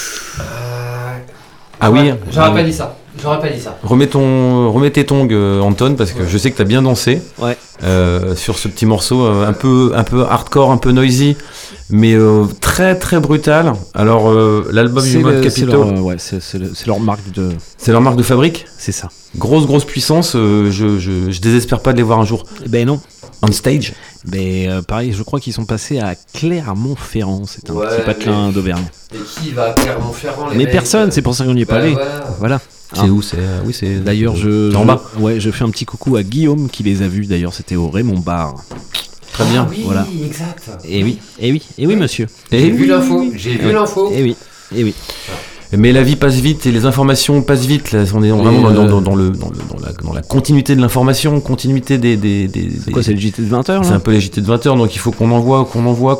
Ah oui. J'aurais pas dit ça. Remets tes tongs, Anton, parce que je sais que t'as bien dansé. Ouais. Sur ce petit morceau un peu hardcore, un peu noisy, mais très très brutal. Alors l'album du Mode Capitol, c'est leur marque de. C'est leur marque de fabrique. C'est ça. Grosse puissance. Je désespère pas de les voir un jour. Ben non. On stage. Ben pareil, je crois qu'ils sont passés à Clermont-Ferrand. C'est un petit patelin d'Auvergne. Et qui va à Clermont-Ferrand? Mais personne. C'est pour ça qu'on n'y est pas allé. Voilà. C'est où? C'est. D'ailleurs, en bas. Je fais un petit coucou à Guillaume qui les a vus. D'ailleurs, c'était au Raymond Bar. Très bien. Oui, voilà. Exact. Et oui, monsieur. J'ai vu l'info. Et oui. Mais la vie passe vite et les informations passent vite. Là, on est vraiment dans la continuité de l'information, continuité des. C'est quoi, c'est le JT de 20h? C'est un peu les JT de 20h, donc il faut qu'on envoie.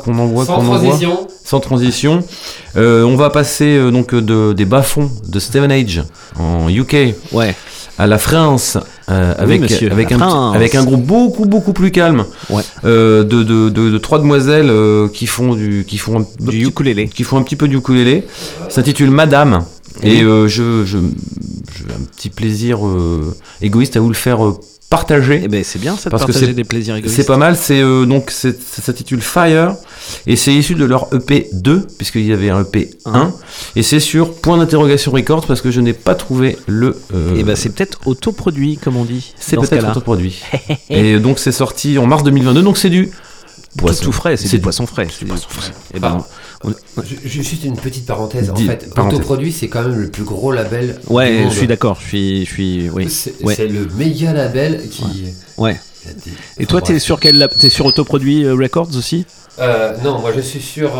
Sans transition. On va passer des bas-fonds de Steven Age en UK. Ouais. À la France, avec un groupe beaucoup plus calme, de trois demoiselles qui font du ukulélé, qui font un petit peu du ukulélé. Ça s'intitule Madame, et je j'ai un petit plaisir égoïste à vous le faire partager. Eh ben c'est bien ça de parce partager que des plaisirs égoïstes. C'est pas mal, ça s'intitule Fire et c'est issu de leur EP 2 puisqu'il y avait un EP 1 et c'est sur Point d'interrogation Records parce que je n'ai pas trouvé le et ben c'est peut-être autoproduit comme on dit. C'est peut-être autoproduit. Et donc c'est sorti en mars 2022, donc c'est du poisson. Tout frais, c'est du poisson frais. Et ben juste une petite parenthèse. En fait, autoproduit, c'est quand même le plus gros label. Ouais, je suis d'accord. Je suis. Oui. C'est le méga label qui. Ouais. Et toi, t'es sur quel t'es sur Autoproduit Records aussi? Non, moi je suis sur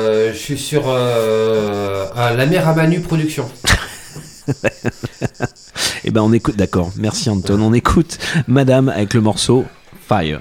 la mère à Manu Production. Et ben on écoute. D'accord. Merci Anton. On écoute Madame avec le morceau Fire.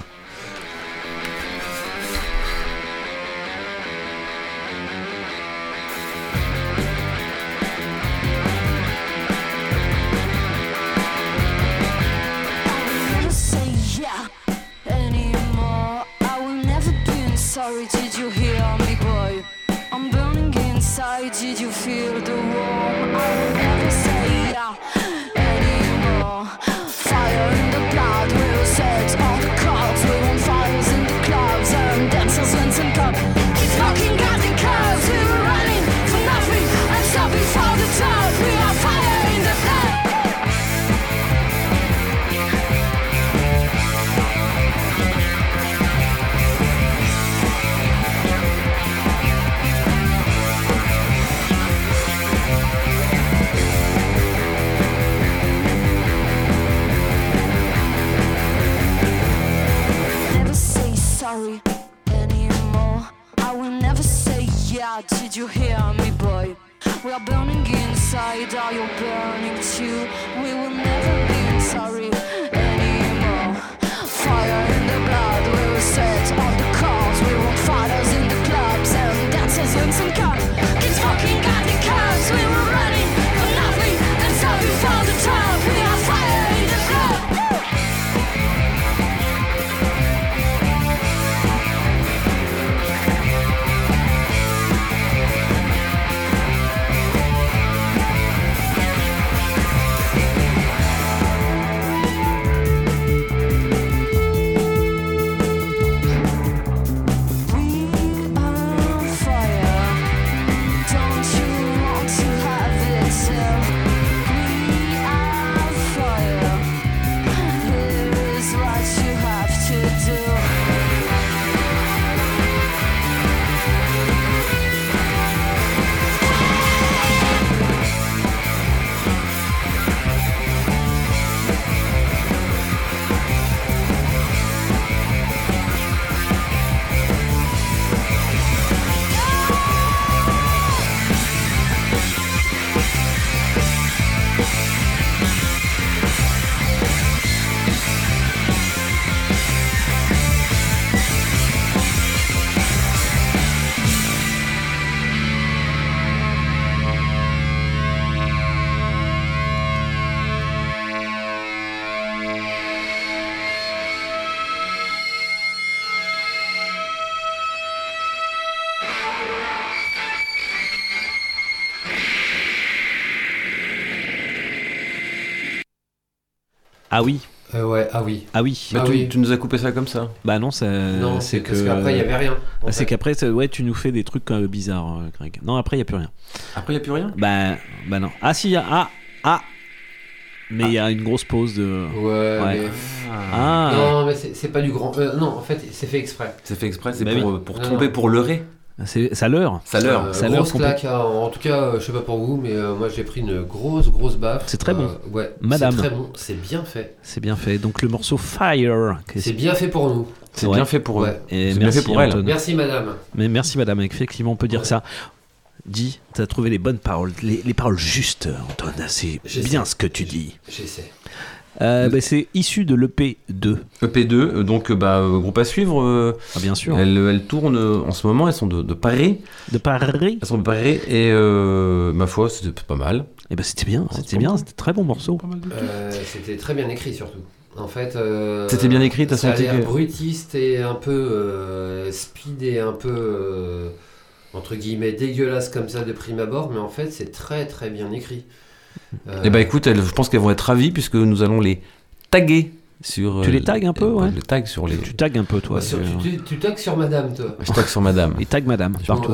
Sorry, did you hear me, boy? I'm burning inside, did you feel the warmth? I will never say yeah anymore. Fire in the blood, we will set all the cards. We want fires in the clouds and dancers went and cup. Keep smoking, got the clouds. We were running for nothing and stopping for the top. We are fire in the blood. Sorry anymore. I will never say yeah. Did you hear me, boy? We are burning inside. Are you burning too? We will never be sorry anymore. Fire in the blood. We will set all the cards. We want fighters in the clubs and dancers in some cups. Keep smoking, got the clouds. We were running for nothing and stopping for the top. We are fire in the blood. Ah oui. Ouais, ah oui. Ah oui. Bah, Ah oui. tu nous as coupé ça comme ça. Bah non, Non, c'est parce que. qu'après, il n'y avait rien. en C'est fait. qu'après, ouais, tu nous fais des trucs bizarres, Greg. Non, après, il n'y a plus rien. Après, il n'y a plus rien. Bah non. Ah si, il y a. Mais il y a une grosse pause de. Ouais, Ouais. mais... Ah. Non, mais c'est pas du grand... non, en fait, c'est fait exprès. C'est fait exprès, c'est Bah pour Non, tromper, non. pour leurrer. Ça leurre. Ça leurre. Ça leur Grosse claque, hein. En tout cas, je sais pas pour vous, mais moi j'ai pris une grosse baffe. C'est très bon. Ouais, Madame. c'est très bon, c'est bien fait. C'est bien fait. Donc le morceau Fire. C'est bien fait pour nous. C'est Ouais. bien fait pour eux. Ouais. Et C'est bien merci fait pour elle. Anton. Merci madame. Mais merci madame, effectivement on peut dire ça. Dis, t'as trouvé les bonnes paroles, les paroles justes, Anton. C'est J'essaie. bien ce que tu dis. J'essaie. Bah, c'est issu de l'EP2. EP2, donc groupe à suivre. Ah, bien sûr. Elles tournent en ce moment, elles sont de Paris. De Paris. Elles sont de Paris et ma foi, c'était pas mal. Et bah c'était bien, c'était très bon morceau. C'était très bien écrit surtout. En fait, C'était bien écrit, t'as ça a senti l'air que- brutiste et un peu speed et un peu entre guillemets dégueulasse comme ça de prime abord, mais en fait c'est très très bien écrit. Eh bah écoute, je pense qu'elles vont être ravies puisque nous allons les taguer sur. Tu les tags un peu, ouais. Les tags sur les. Tu tags un peu toi. Ouais, tu tagues sur madame toi. Je tag sur madame. Et tag madame partout.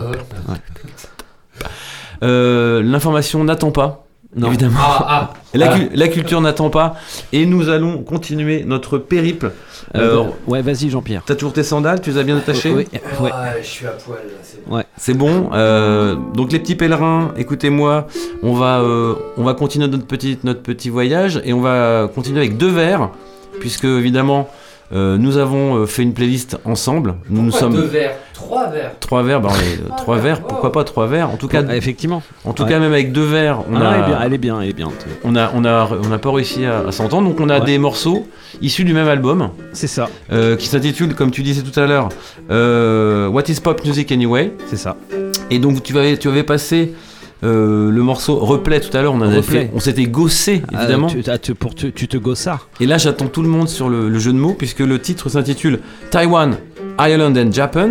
L'information n'attend pas. Non. Évidemment. Ah. La culture n'attend pas. Et nous allons continuer notre périple. Ouais, vas-y Jean-Pierre. T'as toujours tes sandales, tu les as bien attachées? Oui. Ouais. Je suis à poil là, c'est bon. Ouais. C'est bon. Donc les petits pèlerins, écoutez-moi, on va continuer notre petit voyage et on va continuer avec 2 verres, puisque évidemment nous avons fait une playlist ensemble. Nous Pourquoi sommes 2 verres, 3 verres. 3 verres, 3 verres, pourquoi pas 3 verres? En tout cas, Effectivement. cas même avec 2 verres, Elle est bien. on n'a pas réussi à s'entendre. Donc on a des morceaux issus du même album. C'est ça. Qui s'intitule, comme tu disais tout à l'heure, What is Pop Music Anyway? C'est ça. Et donc tu avais passé le morceau Replay tout à l'heure, on s'était gossé évidemment. Tu te gossas. Et là j'attends tout le monde sur le jeu de mots puisque le titre s'intitule Taiwan, Ireland and Japan.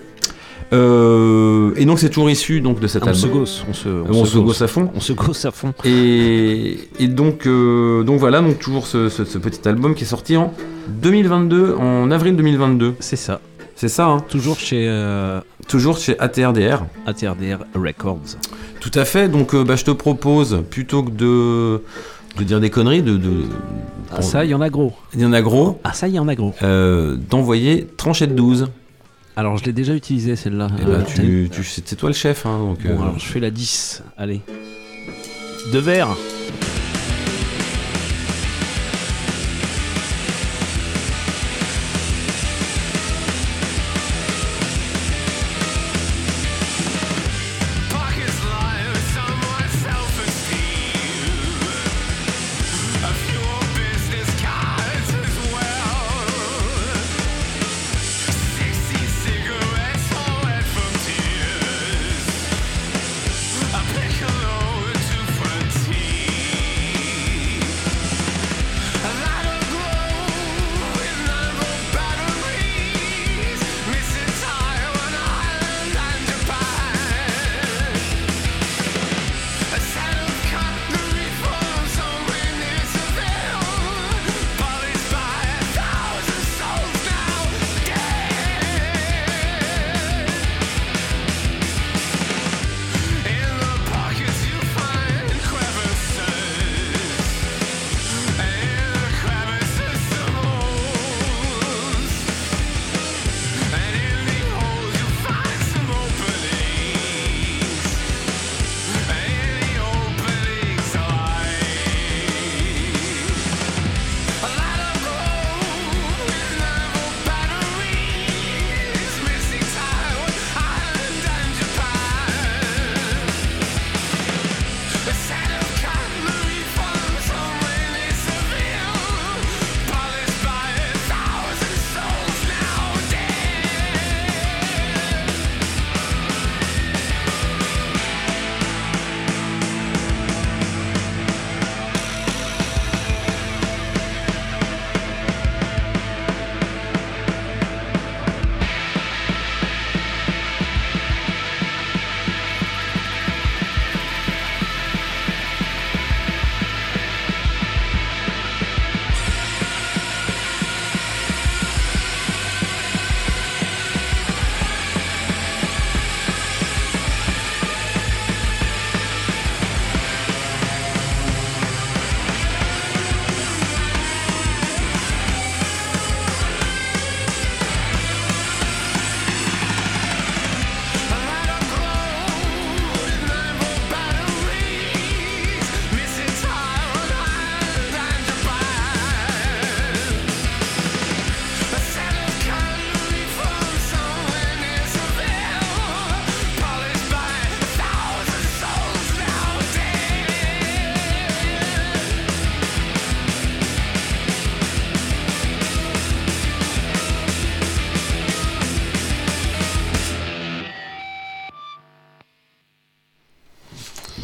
Et donc c'est toujours issu donc de cet album. On se gosse à fond. On se gosse à fond. Et donc voilà, donc toujours ce petit album qui est sorti en 2022, en avril 2022. C'est ça. C'est ça, hein. Toujours chez ATRDR. ATRDR Records. Tout à fait. Donc je te propose, plutôt que de dire des conneries, Ça, il y en a gros. Il y en a gros. Ah, ça, il y en a gros. D'envoyer Tranchette 12. Alors, je l'ai déjà utilisé celle-là. Et bah, c'est toi le chef. Hein, donc, bon, alors je fais la 10. Allez. 2 verres. I pick a load to frontier.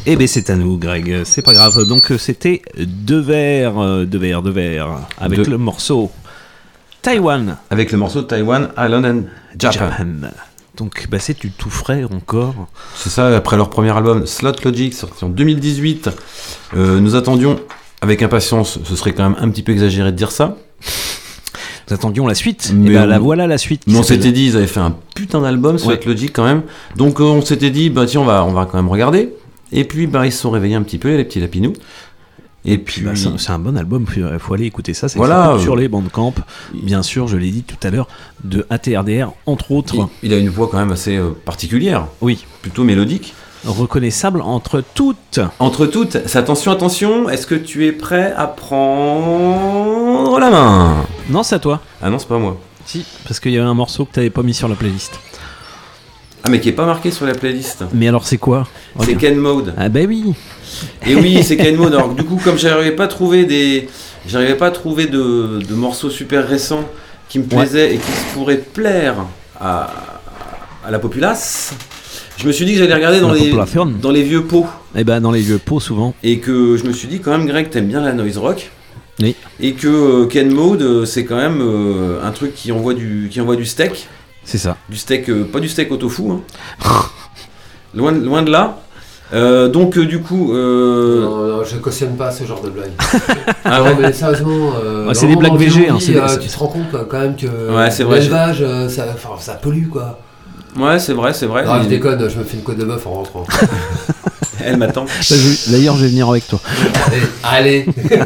Eh ben c'est à nous, Greg. C'est pas grave. Donc c'était deux verres, avec le morceau Taiwan. Avec le morceau Taiwan, Island and Japan. Donc c'est du tout frais encore. C'est ça, après leur premier album Slot Logic, sorti en 2018. Nous attendions avec impatience, ce serait quand même un petit peu exagéré de dire ça. Nous attendions la suite. Mais voilà la suite. Mais on s'était dit, ils avaient fait un putain d'album, Slot Logic quand même. Donc on s'était dit, bah tiens, on va quand même regarder. Et puis ils se sont réveillés un petit peu, les petits lapinous. Et puis c'est un bon album, il faut aller écouter ça. C'est voilà, sur les Bandcamp, bien sûr, je l'ai dit tout à l'heure, de ATRDR entre autres. Il a une voix quand même assez particulière. Oui. Plutôt mélodique. Reconnaissable entre toutes. Entre toutes. Attention, est-ce que tu es prêt à prendre la main? Non, c'est à toi. Ah non, c'est pas moi. Si, parce qu'il y avait un morceau que t'avais pas mis sur la playlist. Ah mais qui est pas marqué sur la playlist. Mais alors c'est quoi? C'est Ken Mode. Ah bah oui. Et oui, c'est Ken Mode. Alors du coup, comme j'arrivais pas à trouver de morceaux super récents qui me plaisaient et qui pourraient plaire à la populace, je me suis dit que j'allais regarder dans les vieux pots. Et ben dans les vieux pots souvent. Et que je me suis dit quand même, Greg, t'aimes bien la noise rock. Oui. Et que Ken Mode, c'est quand même un truc qui envoie du steak. C'est ça. Du steak, pas du steak au tofu. Hein. loin de là. Donc du coup... Non, je cautionne pas ce genre de blague. Ah ouais. Mais sérieusement... c'est des blagues végé. Tu te rends compte quand même que l'élevage, ça pollue quoi. Ouais, c'est vrai. Non, je déconne, je me fais une côte de bœuf en rentrant. Elle m'attend. D'ailleurs, je vais venir avec toi. Allez.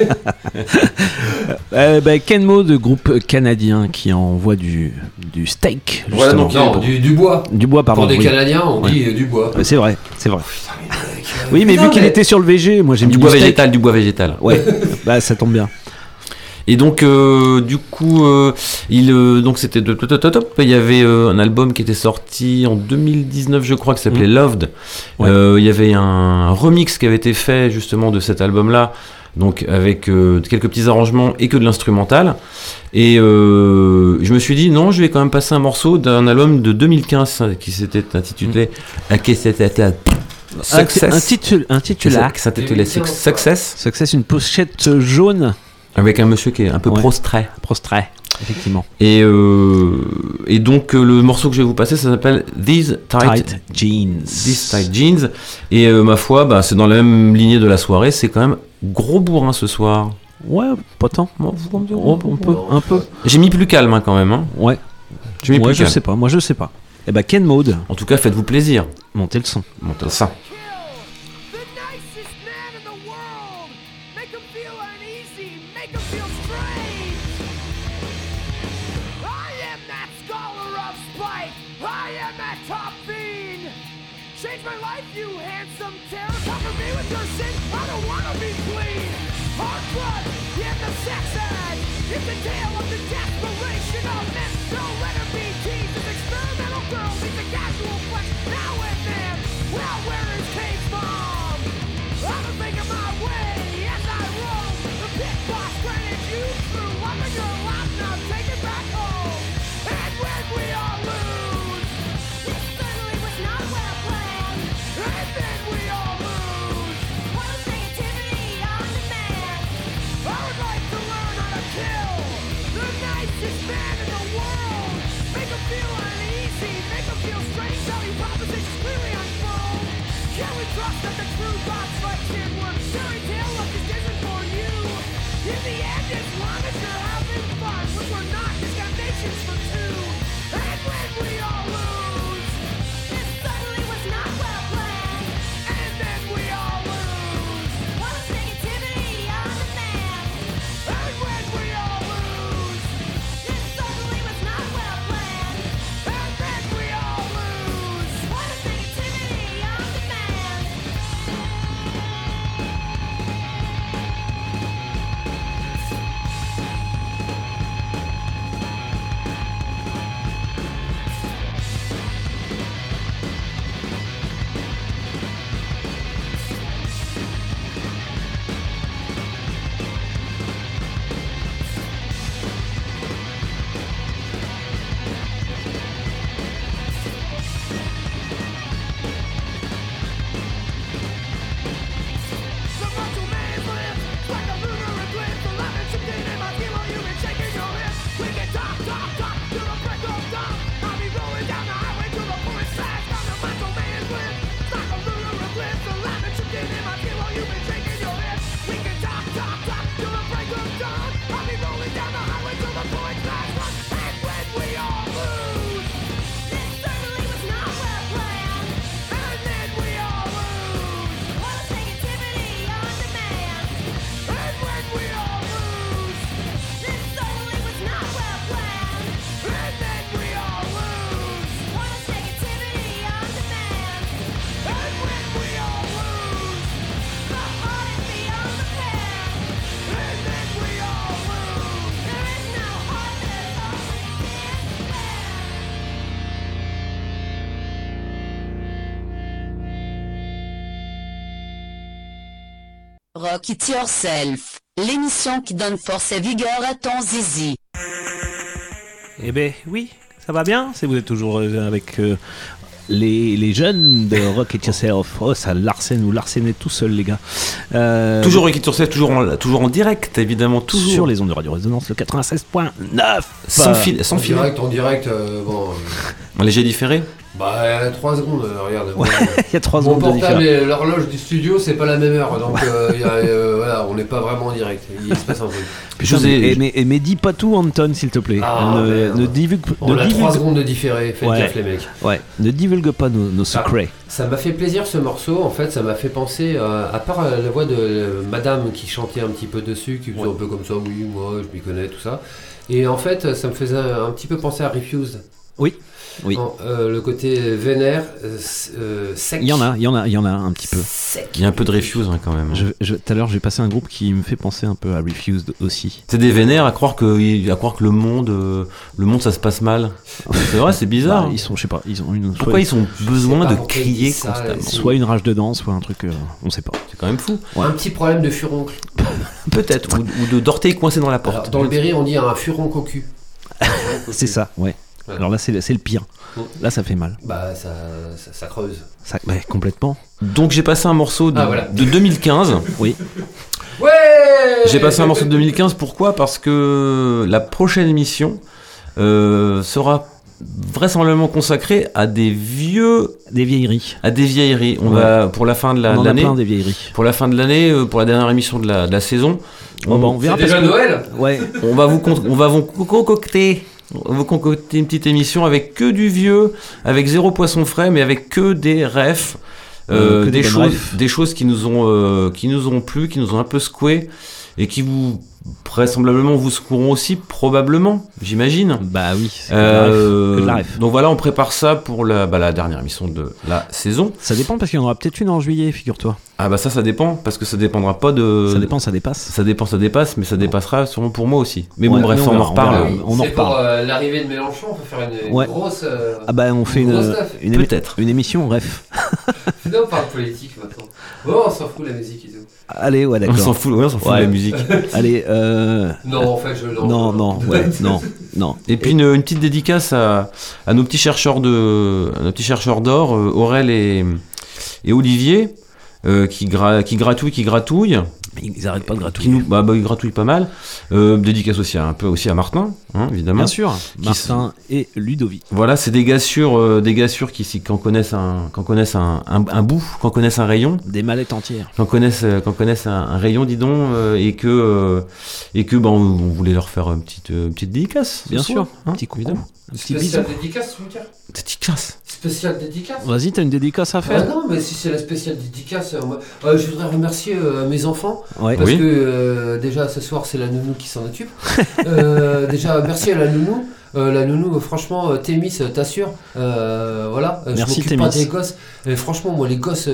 Ken Mode, groupe canadien qui envoie du steak. Voilà, donc, non, du bois. Du bois, pardon. Pour des Canadiens, on dit du bois. C'est vrai. Oui, mais vu qu'il était sur le VG, moi j'ai mis du bois végétal. Ouais, ça tombe bien. Et donc, du coup, donc c'était top. Il y avait un album qui était sorti en 2019, je crois, qui s'appelait Loved. Ouais. Il y avait un remix qui avait été fait justement de cet album-là, donc avec quelques petits arrangements et que de l'instrumental. Et je me suis dit, non, je vais quand même passer un morceau d'un album de 2015 qui s'était intitulé Success. Intitulé Success. Success, une pochette jaune. Avec un monsieur qui est un peu prostré, effectivement. Et donc le morceau que je vais vous passer, ça s'appelle These Tight Jeans. Et ma foi, c'est dans la même lignée de la soirée. C'est quand même gros bourrin ce soir. Ouais, pas tant. Un peu. J'ai mis plus calme quand même. Hein. Ouais. Moi je sais pas. Eh ben Ken Mode. En tout cas, faites-vous plaisir. Montez le son. Rock It Yourself, l'émission qui donne force et vigueur à ton zizi. Eh ben oui, ça va bien. Vous êtes toujours avec les jeunes de Rock It Yourself. Oh, ça vous larcènez tout seul, les gars. Toujours Rock It Yourself, toujours en direct, évidemment, toujours. Sur les ondes de Radio Résonance, le 96.9. Sans fil. En direct, bon. En léger différé. Bah, 3 secondes, regarde. Il y a 3 Mon secondes de portable différence. et l'horloge du studio, c'est pas la même heure, donc voilà, on n'est pas vraiment en direct. Il se passe un truc. Putain, mais dis pas tout, Anton, s'il te plaît. Ne divulgue pas. On a 3 secondes de différé, faites gaffe, les mecs. Ouais, ne divulgue pas nos secrets. Ça m'a fait plaisir ce morceau, en fait, ça m'a fait penser, à part la voix de madame qui chantait un petit peu dessus, qui faisait un peu comme ça, oui, moi, je m'y connais, tout ça. Et en fait, ça me faisait un petit peu penser à Refused. Oui. Le côté vénère, sec. Il y en a un petit peu. Sec. Il y a un peu de Refused quand même. Tout à l'heure, j'ai passé un groupe qui me fait penser un peu à Refused aussi. C'est des vénères à croire que le monde ça se passe mal. C'est vrai, c'est bizarre. Ils sont, je sais pas, ils ont une. Pourquoi ils ont besoin de crier constamment? Soit une rage dedans, soit un truc, on sait pas. C'est quand même fou. Un petit problème de furoncle. Peut-être, ou d'orteil coincé dans la porte. Alors, dans le Berry, on dit un furon cocu. C'est ça, ouais. Ouais. Alors là, c'est le pire. Là, ça fait mal. Bah, ça creuse. Complètement. Donc, j'ai passé un morceau de 2015. Oui. Ouais. J'ai passé un morceau de 2015. Pourquoi ? Parce que la prochaine émission sera vraisemblablement consacrée à des vieilleries. À des vieilleries. On va, pour la fin de l'année. On en a plein des vieilleries. Pour la fin de l'année, pour la dernière émission de la saison. On verra. C'est déjà Noël. Ouais. On va vous concocter une petite émission avec que du vieux, avec zéro poisson frais, mais avec que des refs, des choses qui nous ont plu, qui nous ont un peu secoué et qui vraisemblablement vous secoueront aussi, probablement, j'imagine. Bah oui, c'est que de la ref. Donc voilà, on prépare ça pour la dernière émission de la saison. Ça dépend parce qu'il y en aura peut-être une en juillet, figure-toi. Ah bah ça dépend, parce que ça dépendra pas de... Ça dépend, ça dépasse. Ça dépasse, mais ça dépassera sûrement pour moi aussi. Mais bon, bref, on en reparle. On en reparle. Pour l'arrivée de Mélenchon, on peut faire une grosse... Ah bah on fait une émission, bref. Non, on parle politique maintenant. Bon, on s'en fout la musique et tout. Allez, ouais, d'accord. On s'en fout de la musique. Allez, Non, en fait, non. Et puis une petite dédicace à nos petits chercheurs d'or, Aurel et Olivier, qui gratouillent. Ils arrêtent pas de gratouiller. Ils gratouillent pas mal. Dédicace aussi à Martin, hein, évidemment. Bien sûr. Martin et Ludovic. Voilà, c'est des gars sûrs qui connaissent un bout, qui connaissent un rayon. Des mallettes entières. Qui connaissent un rayon, dis donc, et que on voulait leur faire une petite dédicace. Bien sûr. Un petit coup. Spécial dédicace, tu veux dire ? Dédicace. Spécial dédicace ? Vas-y, t'as une dédicace à faire ? Non, mais si c'est la spéciale dédicace, je voudrais remercier mes enfants. Ouais. Parce que déjà ce soir c'est la nounou qui s'en occupe. Déjà merci à la nounou. La nounou, franchement, Thémis, t'assure. Voilà. Merci, je m'occupe pas des gosses. Et franchement, moi les gosses.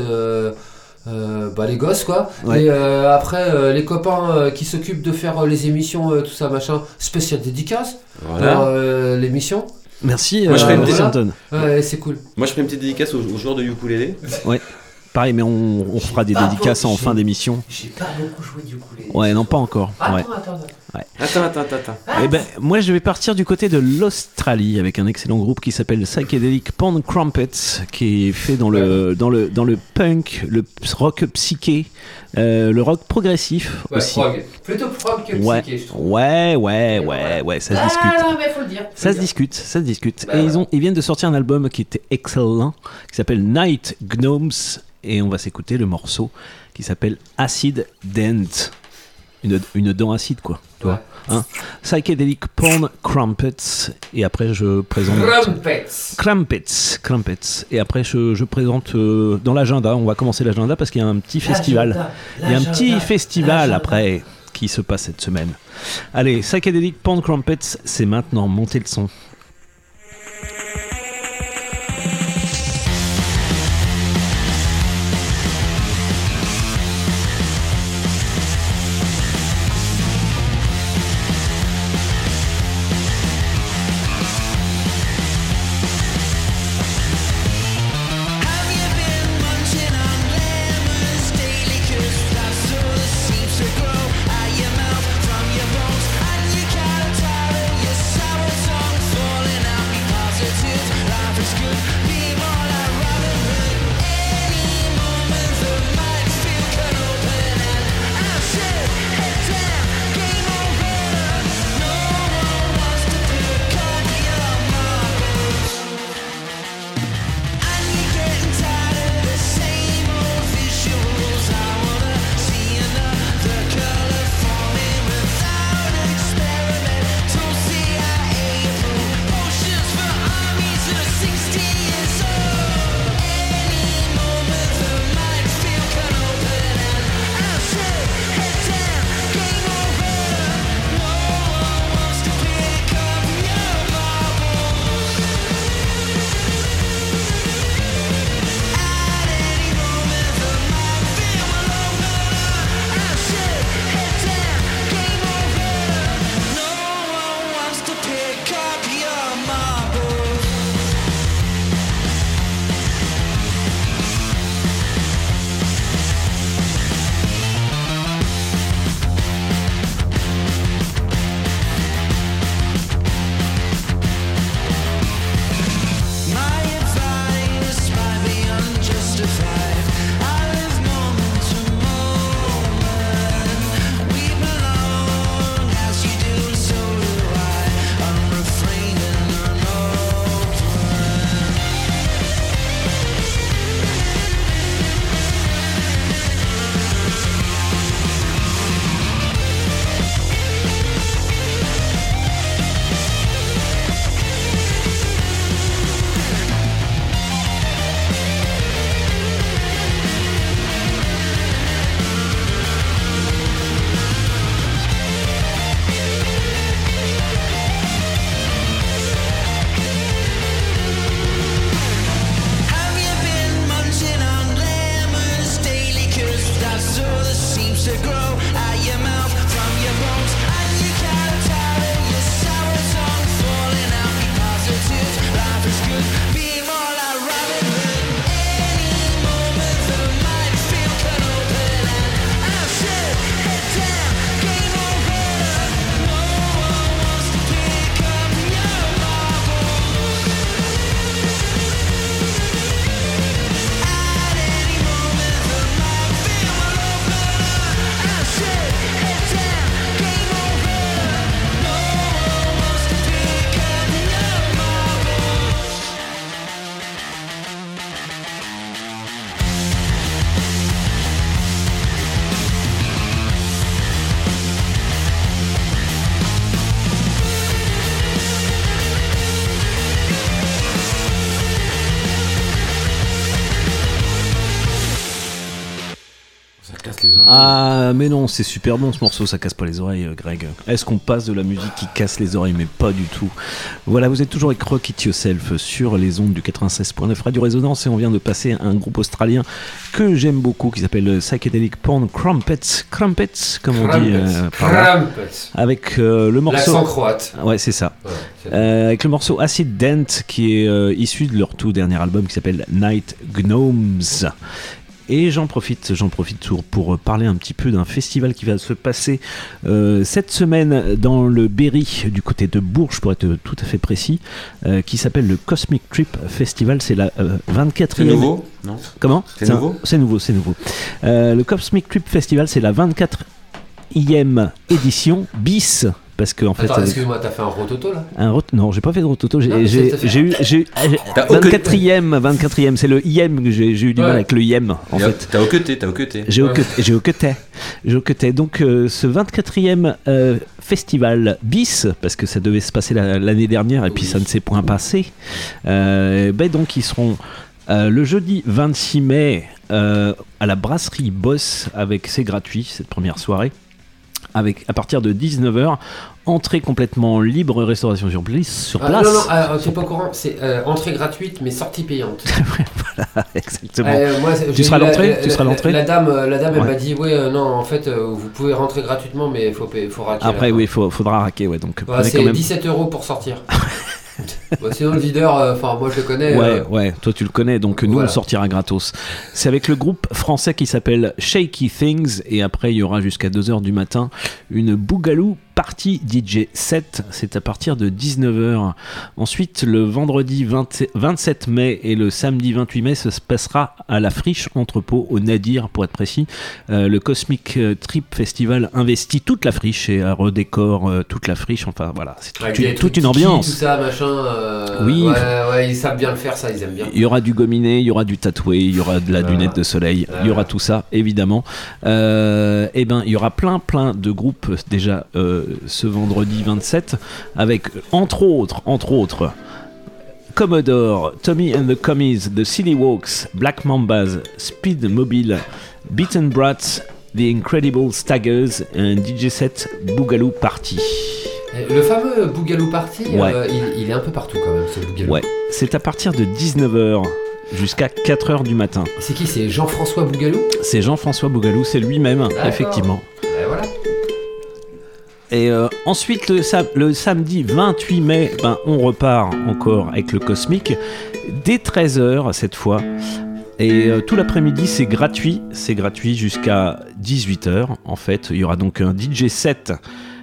Les gosses quoi. Ouais. Et après les copains qui s'occupent de faire les émissions, tout ça machin, spécial dédicace. Voilà. L'émission. Merci. Moi je ferai une petite Anton. Ouais, c'est cool. Moi je ferai une petite dédicace aux joueurs de ukulélé. Ouais. Pareil, mais on fera des dédicaces en fin d'émission. J'ai pas beaucoup joué du ukulélé. Ouais, non, pas encore. Attends. Ouais. Attends. Eh ben, moi, je vais partir du côté de l'Australie avec un excellent groupe qui s'appelle Psychedelic Porn Crumpets, qui est fait dans le punk, le rock psyché, le rock progressif aussi. Plutôt prog que psyché, je trouve. Ouais, ça se discute. Non, mais faut le dire. Ça se discute. Et ils viennent de sortir un album qui était excellent, qui s'appelle Night Gnomes, et on va s'écouter le morceau qui s'appelle Acid Dent. Une dent acide, quoi. Tu vois, hein. Psychedelic Porn Crumpets. Et après, je présente. Crumpets. Et après, je présente dans l'agenda. On va commencer l'agenda parce qu'il y a un petit festival. Il y a un petit festival après qui se passe cette semaine. Allez, Psychedelic Porn Crumpets, c'est maintenant. Montez le son. Have you been munching on lemons daily? 'Cause that's so casse les oreilles. Ah, mais non, c'est super bon ce morceau, ça casse pas les oreilles, Greg. Est-ce qu'on passe de la musique qui casse les oreilles? Mais pas du tout. Voilà, vous êtes toujours avec Rock It Yourself sur les ondes du 96.9 Radio Résonance et on vient de passer un groupe australien que j'aime beaucoup qui s'appelle Psychedelic Porn Crumpets, comme on dit. Avec le morceau. L'accent croate. Ouais, c'est ça. Ouais, avec le morceau Acid Dent qui est issu de leur tout dernier album qui s'appelle Night Gnomes. Et j'en profite pour parler un petit peu d'un festival qui va se passer cette semaine dans le Berry, du côté de Bourges pour être tout à fait précis, qui s'appelle le Cosmic Trip Festival. C'est la 24e. C'est nouveau? Non. Comment? C'est nouveau? C'est nouveau. Le Cosmic Trip Festival, c'est la 24e édition bis. Parce que en fait, attends, excuse-moi, t'as fait un rototo là? Non, j'ai pas fait de rototo. J'ai eu 24e, c'est le IM que j'ai eu du mal avec le IM en fait. T'as oqueté. J'ai oqueté. Donc ce 24e festival bis, parce que ça devait se passer l'année dernière et puis ça ne s'est point passé. Donc ils seront le jeudi 26 mai à la brasserie Boss c'est gratuit cette première soirée. À partir de 19h, entrée complètement libre, restauration sur place. Non, t'es pas au courant, c'est entrée gratuite mais sortie payante. Voilà, exactement. Tu seras à l'entrée. La dame elle m'a dit non, en fait vous pouvez rentrer gratuitement mais il faut raquer. Après oui, faudra raquer, ouais, donc c'est quand même 17 € pour sortir. Sinon le leader, moi je le connais. Ouais, toi tu le connais, donc nous on sortira gratos. C'est avec le groupe français qui s'appelle Shaky Things et après il y aura jusqu'à 2h du matin une Boogaloo Party DJ 7, c'est à partir de 19h. Ensuite, le vendredi 27 mai et le samedi 28 mai, ça se passera à la Friche Entrepôt, au Nadir pour être précis. Le Cosmic Trip Festival investit toute la friche et redécore toute la friche. Enfin voilà, c'est toute une ambiance. Tout ça, machin. Oui. Ouais, ils savent bien le faire, ça, ils aiment bien. Il y aura du gominé, il y aura du tatoué, il y aura de la lunette de soleil, il y aura tout ça, évidemment. Et ben, il y aura plein de groupes déjà. Ce vendredi 27 avec entre autres Commodore, Tommy and the Commies, The Silly Walks, Black Mambas, Speed Mobile, Beaten Brats, The Incredible Staggers et un DJ set Boogaloo Party. Le fameux Boogaloo Party, il est un peu partout quand même, ce Boogaloo. Ouais, c'est à partir de 19h jusqu'à 4h du matin. C'est qui? C'est Jean-François Boogaloo? C'est Jean-François Boogaloo, c'est lui-même. D'accord. Effectivement. Et voilà. Et ensuite, le samedi 28 mai, on repart encore avec le Cosmic, dès 13h cette fois. Et tout l'après-midi, c'est gratuit jusqu'à 18h en fait. Il y aura donc un DJ set.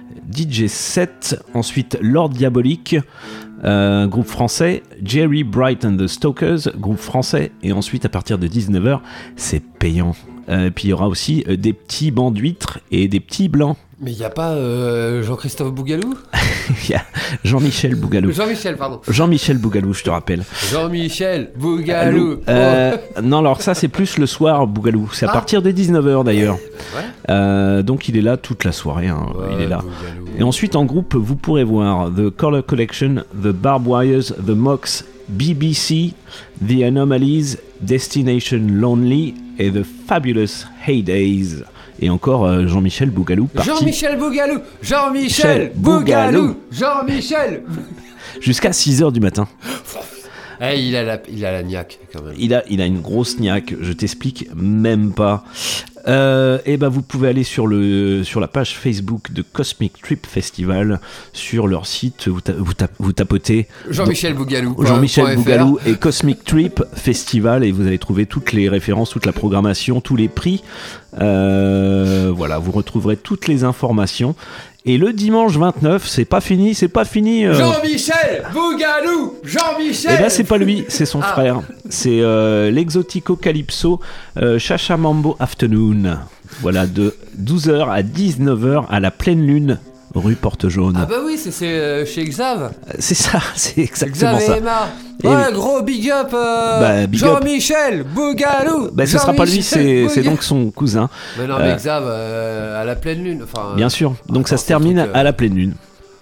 Ensuite, Lord Diabolique, groupe français, Jerry Bright and the Stokers, groupe français. Et ensuite, à partir de 19h, c'est payant. Puis il y aura aussi des petits bancs d'huîtres et des petits blancs. Mais il n'y a pas Jean-Christophe Boogaloo? Il y a Jean-Michel Boogaloo. Jean-Michel Boogaloo, je te rappelle. Jean-Michel Boogaloo. Non, alors ça c'est plus le soir Boogaloo. C'est à partir de 19h d'ailleurs. Ouais. Donc il est là toute la soirée. Il est là. Boogaloo. Et ensuite en groupe, vous pourrez voir The Color Collection, The Barbed Wires, The Mox, BBC, The Anomalies, Destination Lonely et The Fabulous Heydays. Et encore Jean-Michel Boogaloo parti. Jean-Michel Boogaloo. Jusqu'à 6h du matin. Il a la niaque quand même. Il a une grosse niaque, je t'explique même pas. Et vous pouvez aller sur la page Facebook de Cosmic Trip Festival, sur leur site, vous tapotez Jean-Michel Boogaloo et Cosmic Trip Festival et vous allez trouver toutes les références, toute la programmation, tous les prix. Voilà, vous retrouverez toutes les informations. Et le dimanche 29, c'est pas fini. Jean-Michel Boogaloo. Et c'est pas lui, c'est son frère. C'est l'Exotico Calypso Chacha Mambo Afternoon. Voilà, de 12h à 19h à la pleine lune, rue Porte-Jaune. Ah bah oui, c'est chez Xav. C'est ça, c'est exactement ça. Ouais, gros big up, Jean-Michel Boogaloo. Ce sera pas lui, c'est donc son cousin. Mais non, mais Xav, à la pleine lune. Bien sûr, donc ça se termine à la pleine lune.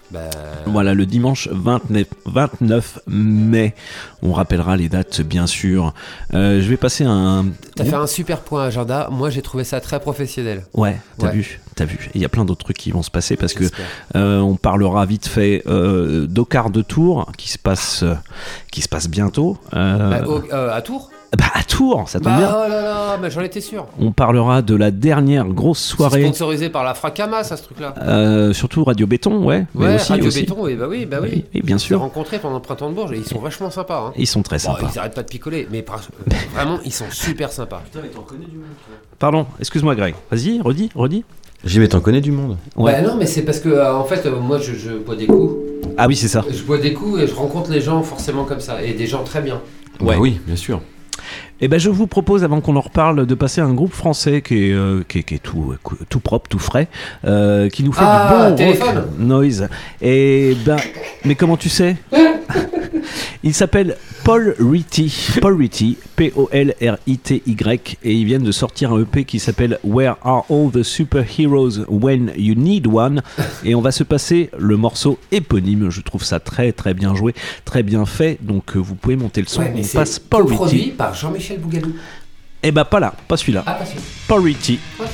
Voilà, le dimanche 29 mai. On rappellera les dates, bien sûr. Je vais passer un... T'as fait un super point agenda. Moi, j'ai trouvé ça très professionnel. Ouais, t'as vu. Il y a plein d'autres trucs qui vont se passer parce que on parlera vite fait d'Ocar de Tours qui se passe bientôt. À Tours. À Tours, ça tombe bien. Oh là là, mais j'en étais sûr. On parlera de la dernière grosse soirée. C'est sponsorisé par la Fracama, ça, ce truc-là. Surtout Radio Béton, ouais. Ouais, Radio Béton, oui, bah oui. Oui, bien sûr. On s'est rencontrés pendant le printemps de Bourges et ils sont vachement sympas. Hein. Ils sont très sympas. Ils arrêtent pas de picoler, mais vraiment, ils sont super sympas. Putain, mais t'en connais du monde. Pardon, excuse-moi, Greg. Vas-y, redis. J'ai mais t'en connais du monde. Ouais. Bah non, mais c'est parce que en fait, moi, je bois des coups. Ah oui, c'est ça. Je bois des coups et je rencontre les gens forcément comme ça et des gens très bien. Ouais. Bah oui, bien sûr. Eh ben, je vous propose, avant qu'on en reparle, de passer à un groupe français qui est tout propre, tout frais, qui nous fait du bon téléphone. Rock noise. Et ben, mais comment tu sais? Il s'appelle Paul Ritty, P-O-L-R-I-T-Y, et ils viennent de sortir un EP qui s'appelle Where Are All the Superheroes When You Need One, et on va se passer le morceau éponyme. Je trouve ça très très bien joué, très bien fait, donc vous pouvez monter le son. Ouais, on passe Paul Ritty. Produit par Jean-Michel Bougalou. Eh ben pas là, pas celui-là. Ah, pas celui-là. Paul Ritty. Ok.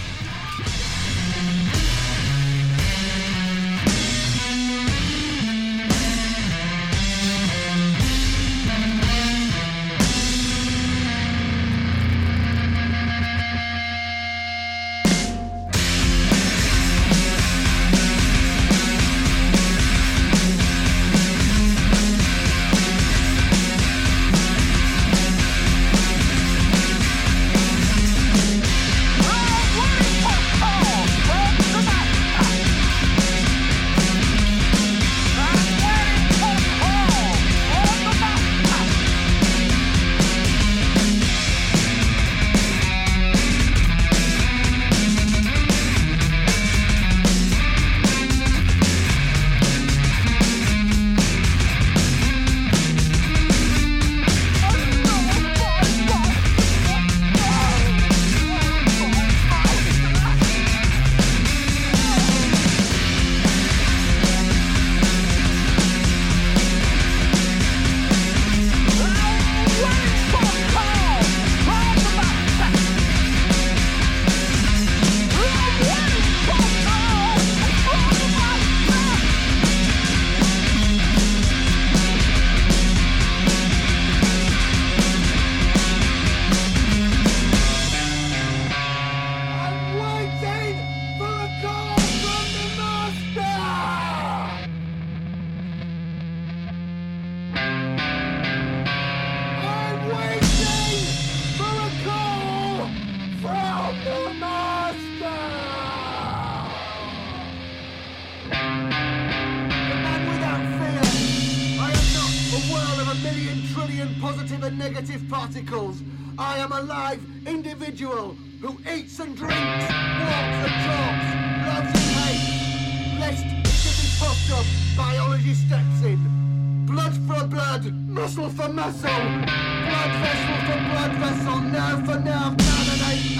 Particles. I am a live individual who eats and drinks, walks and talks, loves and hates. Lest to be puffed up, biology steps in. Blood for blood, muscle for muscle, blood vessel for blood vessel, nerve for nerve, canonate,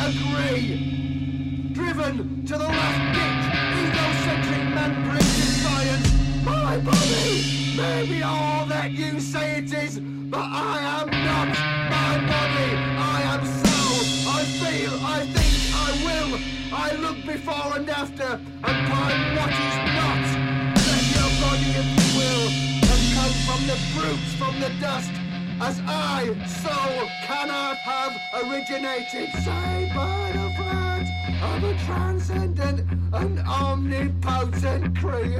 agree. Driven to the last ditch, egocentric man brings in science. My body may be all that you say it is, but I am not my body. I am soul. I feel, I think, I will. I look before and after and find what is not. Let your body, if you will, have come from the fruits, from the dust, as I, soul, cannot have originated, say by the word of a transcendent and omnipotent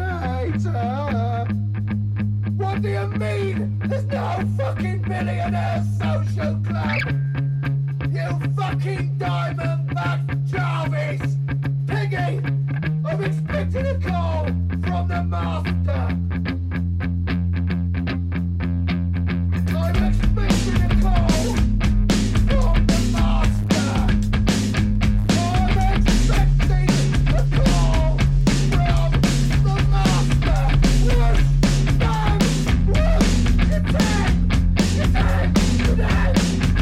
creator. What do you mean? There's no fucking billionaire social club! You fucking diamond back Jarvis! Piggy! I'm expecting a call from the master! I'm expecting a call from the master! I'm expecting a call from the master! Whoosh! Bang! Whoosh! You're dead! You're dead! You're dead!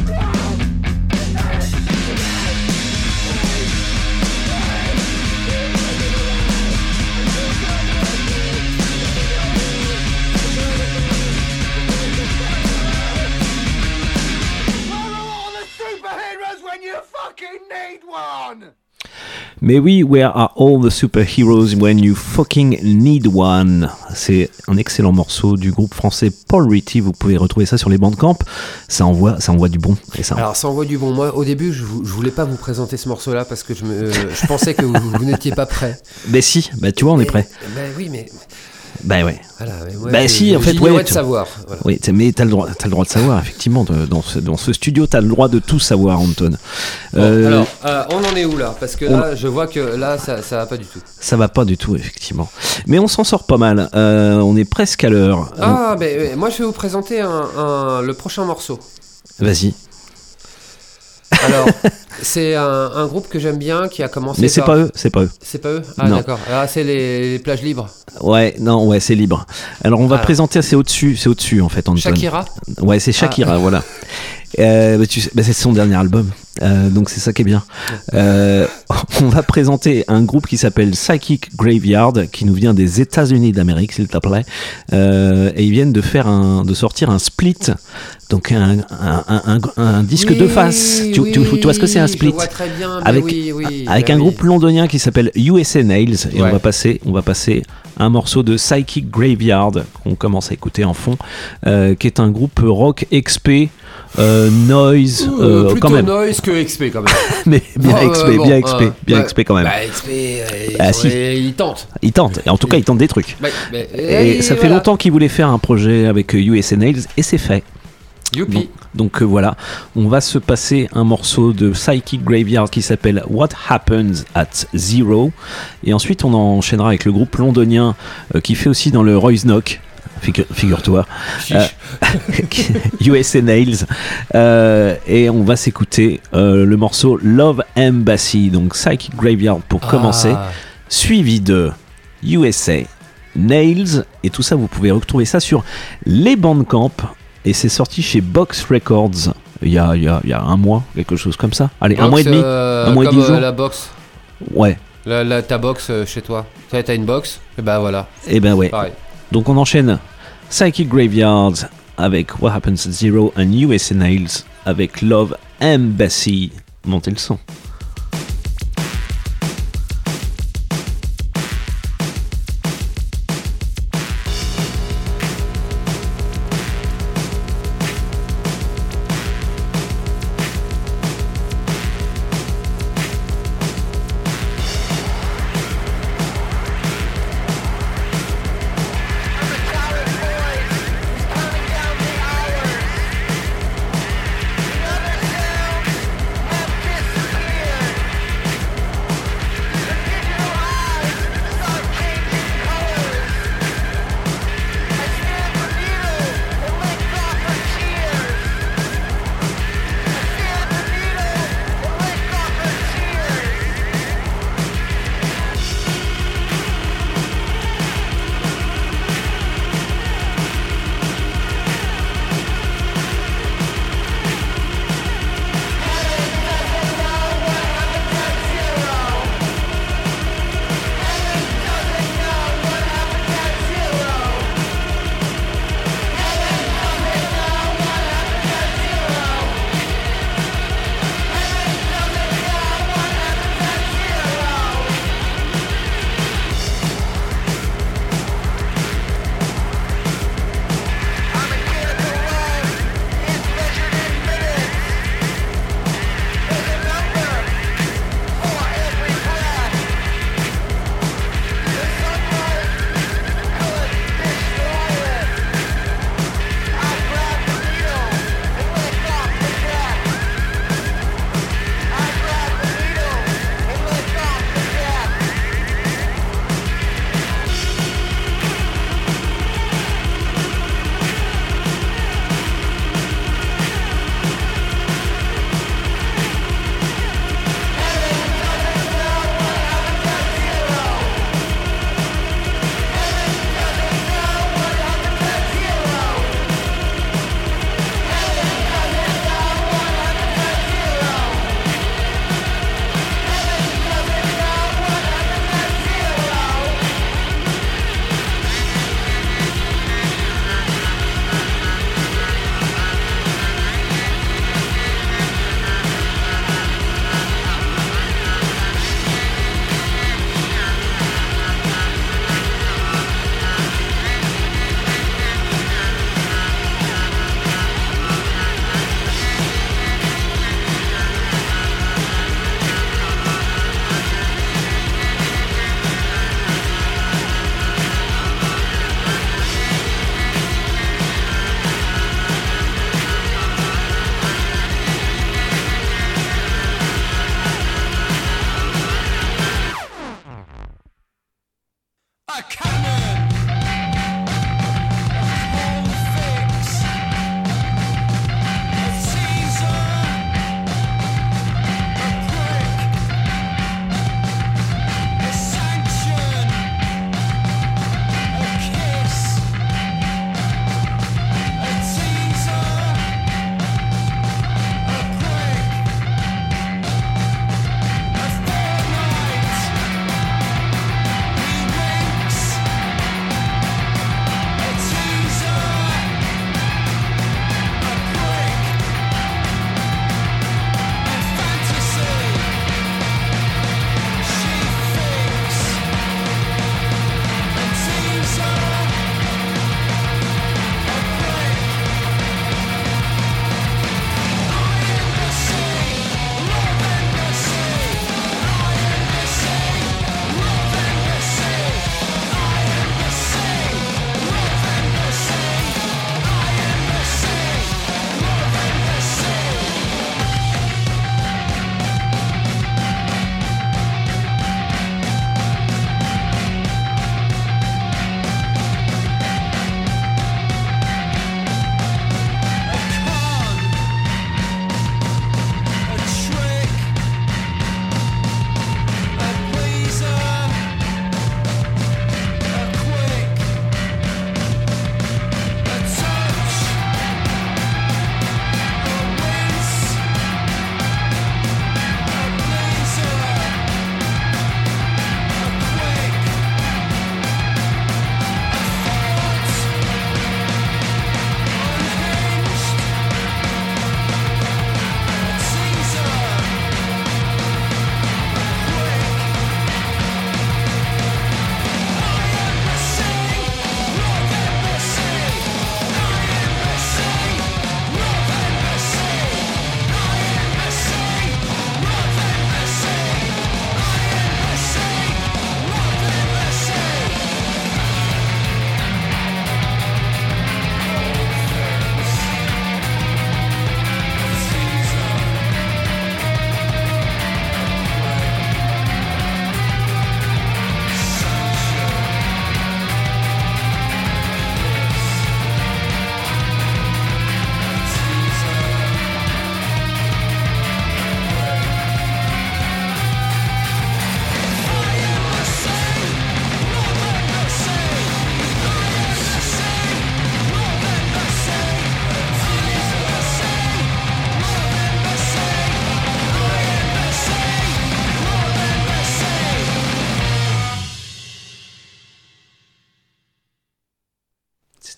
when you fucking need one. Mais oui, Where are all the superheroes when you fucking need one? C'est un excellent morceau du groupe français Paul Ritty. Vous pouvez retrouver ça sur les Bandcamp. Ça envoie du bon. Et ça... Alors ça envoie du bon. Moi, au début, je voulais pas vous présenter ce morceau-là parce que je pensais que vous n'étiez pas prêt. Ben si, tu vois, on est prêt. Ben oui, mais. Ben ouais. Voilà, ouais, ben si, en fait, ouais. De savoir. Voilà. Oui, mais t'as le droit de savoir, effectivement. Dans ce studio, t'as le droit de tout savoir, Anton. Bon, alors, on en est où là? Parce que là, je vois que là, ça va pas du tout. Ça va pas du tout, effectivement. Mais on s'en sort pas mal. On est presque à l'heure. Ah, ben moi, je vais vous présenter le prochain morceau. Vas-y. Alors, c'est un groupe que j'aime bien qui a commencé. Mais c'est pas eux. C'est pas eux. Ah non. D'accord. Ah, c'est les plages libres. Ouais, c'est libre. Alors on va présenter, c'est au-dessus en fait, Anton. Shakira. Ouais, c'est Shakira, voilà. C'est son dernier album, donc c'est ça qui est bien. On va présenter un groupe qui s'appelle Psychic Graveyard, qui nous vient des États-Unis d'Amérique, s'il te plaît, et ils viennent de sortir un split, donc un disque de face. Tu vois ce que c'est un split? Je vois très bien, avec un groupe londonien qui s'appelle USA Nails, et on va passer un morceau de Psychic Graveyard qu'on commence à écouter en fond, qui est un groupe rock XP. Noise, plutôt quand même. Noise que XP quand même. Mais bien XP quand même. XP, si. ils tentent. Et en tout cas, ils tentent des trucs. Et ça fait longtemps qu'ils voulaient faire un projet avec USA Nails et c'est fait. Youpi. Donc voilà, on va se passer un morceau de Psychic Graveyard qui s'appelle What Happens at Zero. Et ensuite, on enchaînera avec le groupe londonien qui fait aussi dans le Roy's Knock. Figure-toi, USA Nails, et on va s'écouter le morceau Love Embassy, donc Psychic Graveyard pour commencer, suivi de USA Nails, et tout ça vous pouvez retrouver ça sur les Bandcamp, et c'est sorti chez Box Records il y a un mois, quelque chose comme ça. Allez, Box, un mois et demi, un mois et 10 jours. La box. Ouais. Ta box chez toi. T'as une box, et ben voilà. Et ben ouais. Pareil. Donc on enchaîne Psychic Graveyard avec What Happens at Zero and USA Nails avec Love Embassy. Montez le son. Another sound of disappear.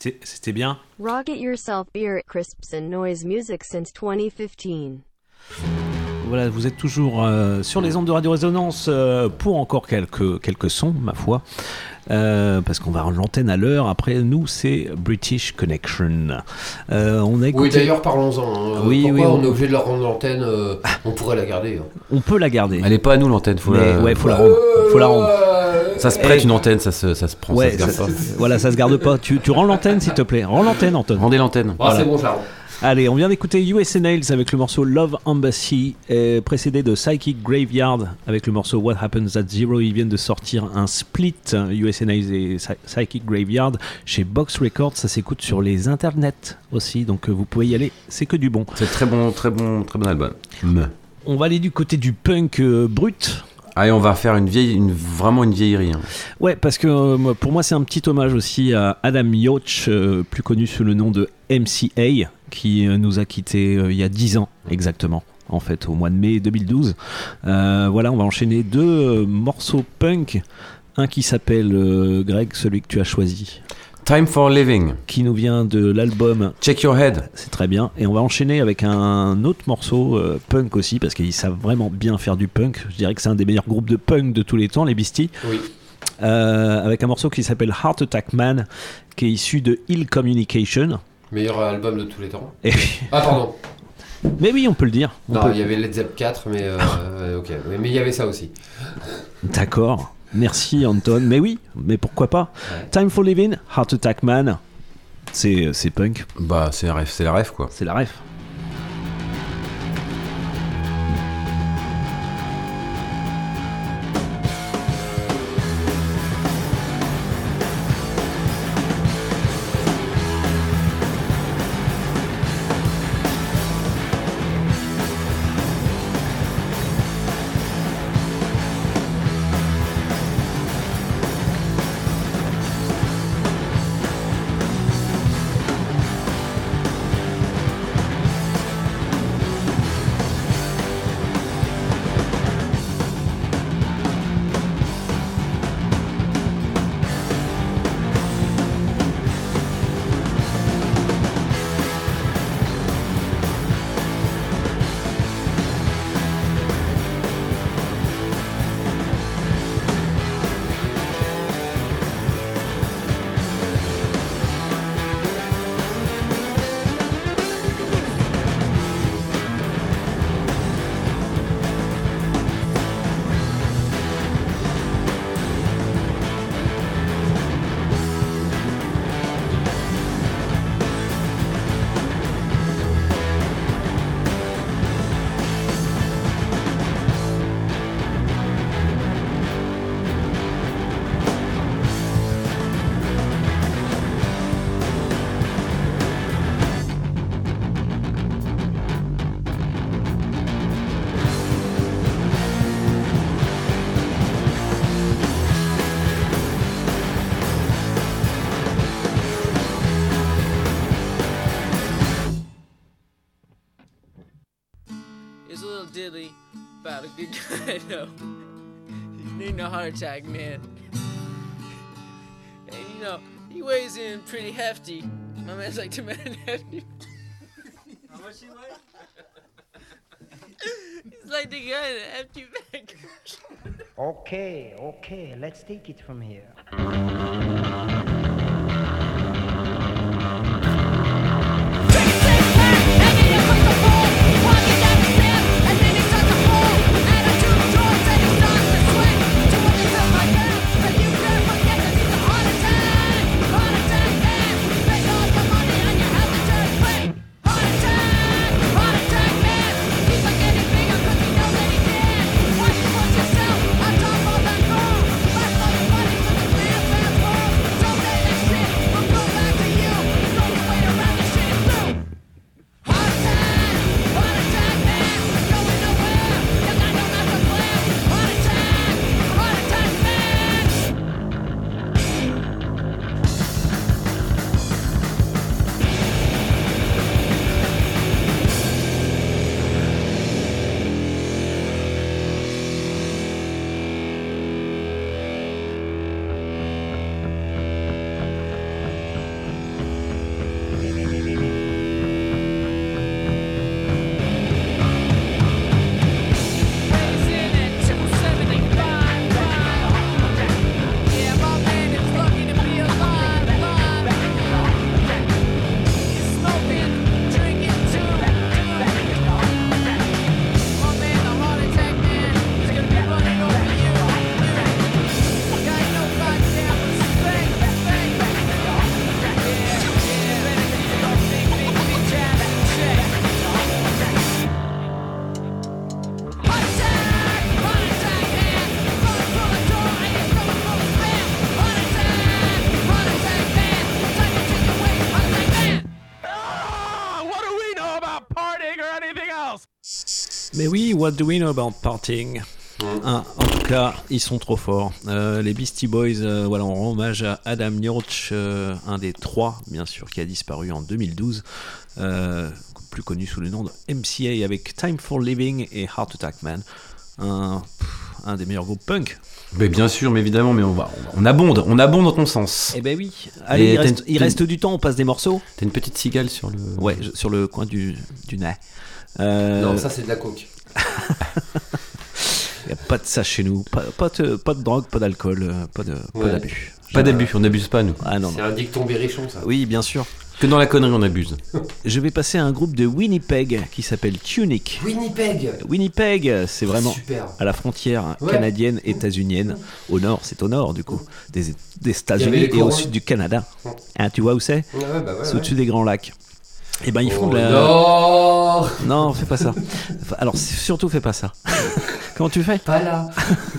C'était bien. Rocket Yourself Beer Crisps and Noise Music since 2015. Voilà, vous êtes toujours sur les ondes de Radio Résonance pour encore quelques sons, ma foi. Parce qu'on va rendre l'antenne à l'heure. Après nous, c'est British Connection. On a écouté... Oui, d'ailleurs, parlons-en. Pourquoi on est obligé de leur rendre l'antenne On pourrait la garder. On peut la garder. Elle n'est pas à nous l'antenne, faut la rendre. Ça se prête une antenne, ça se prend, ça se garde pas. Voilà, ça se garde pas. Tu rends l'antenne, s'il te plaît. Rends l'antenne, Anton. Rendez l'antenne. Voilà. C'est bon, ça rend. Allez, on vient d'écouter USA Nails avec le morceau Love Embassy, précédé de Psychic Graveyard avec le morceau What Happens at Zero. Ils viennent de sortir un split, USA Nails et Psychic Graveyard, chez Box Records. Ça s'écoute sur les internets aussi, donc vous pouvez y aller, c'est que du bon. C'est très bon album. On va aller du côté du punk brut. Allez, on va faire vraiment une vieillerie. Hein. Ouais, parce que pour moi, c'est un petit hommage aussi à Adam Yauch, plus connu sous le nom de MCA, qui nous a quittés il y a 10 ans exactement, en fait, au mois de mai 2012. Voilà, on va enchaîner 2 morceaux punk. Un qui s'appelle, Greg, celui que tu as choisi. Time for Living. Qui nous vient de l'album Check Your Head. C'est très bien. Et on va enchaîner avec un autre morceau punk aussi, parce qu'ils savent vraiment bien faire du punk. Je dirais que c'est un des meilleurs groupes de punk de tous les temps, les Beasties. Oui. Avec un morceau qui s'appelle Heart Attack Man, qui est issu de Ill Communication. Meilleur album de tous les temps. Ah, pardon. Mais oui, on peut le dire. Il y avait Led Zepp 4, mais ok. Mais il y avait ça aussi. D'accord. Merci Anton. Mais oui, mais pourquoi pas. Ouais. Time for Living, Heart Attack Man. C'est punk. Bah, c'est la ref quoi. C'est la ref. About a good guy, though. He ain't no heart attack, man. And you know, he weighs in pretty hefty. My man's like 2 men hefty. How much he weigh? He's like the guy in a hefty bag. Okay, let's take it from here. Don't Mais oui, what do we know about partying? En tout cas, ils sont trop forts. Les Beastie Boys, voilà, on rend hommage à Adam Yauch, un des 3, bien sûr, qui a disparu en 2012, plus connu sous le nom de MCA avec Time for Living et Heart Attack Man, un des meilleurs groupes punk. Mais bien sûr, mais évidemment, mais on abonde dans ton sens. Eh ben oui. Allez, il reste du temps, on passe des morceaux. T'as une petite cigale sur le... Ouais, sur le coin du nez. Non, ça c'est de la coke. Il n'y a pas de ça chez nous, pas de drogue, pas d'alcool, pas d'abus. Pas d'abus, on n'abuse pas nous. Ah, non, c'est un dicton berrichon ça. Oui, bien sûr. Que dans la connerie on abuse. Je vais passer à un groupe de Winnipeg qui s'appelle Tunic. Winnipeg, c'est vraiment super. À la frontière canadienne, états-unienne. Au nord, c'est au nord du coup, des États-Unis et au sud du Canada. Hein, tu vois où c'est? C'est au-dessus des Grands Lacs. Et ben ils font de la... Non, fais pas ça. Alors surtout fais pas ça. Comment tu fais? Pas là.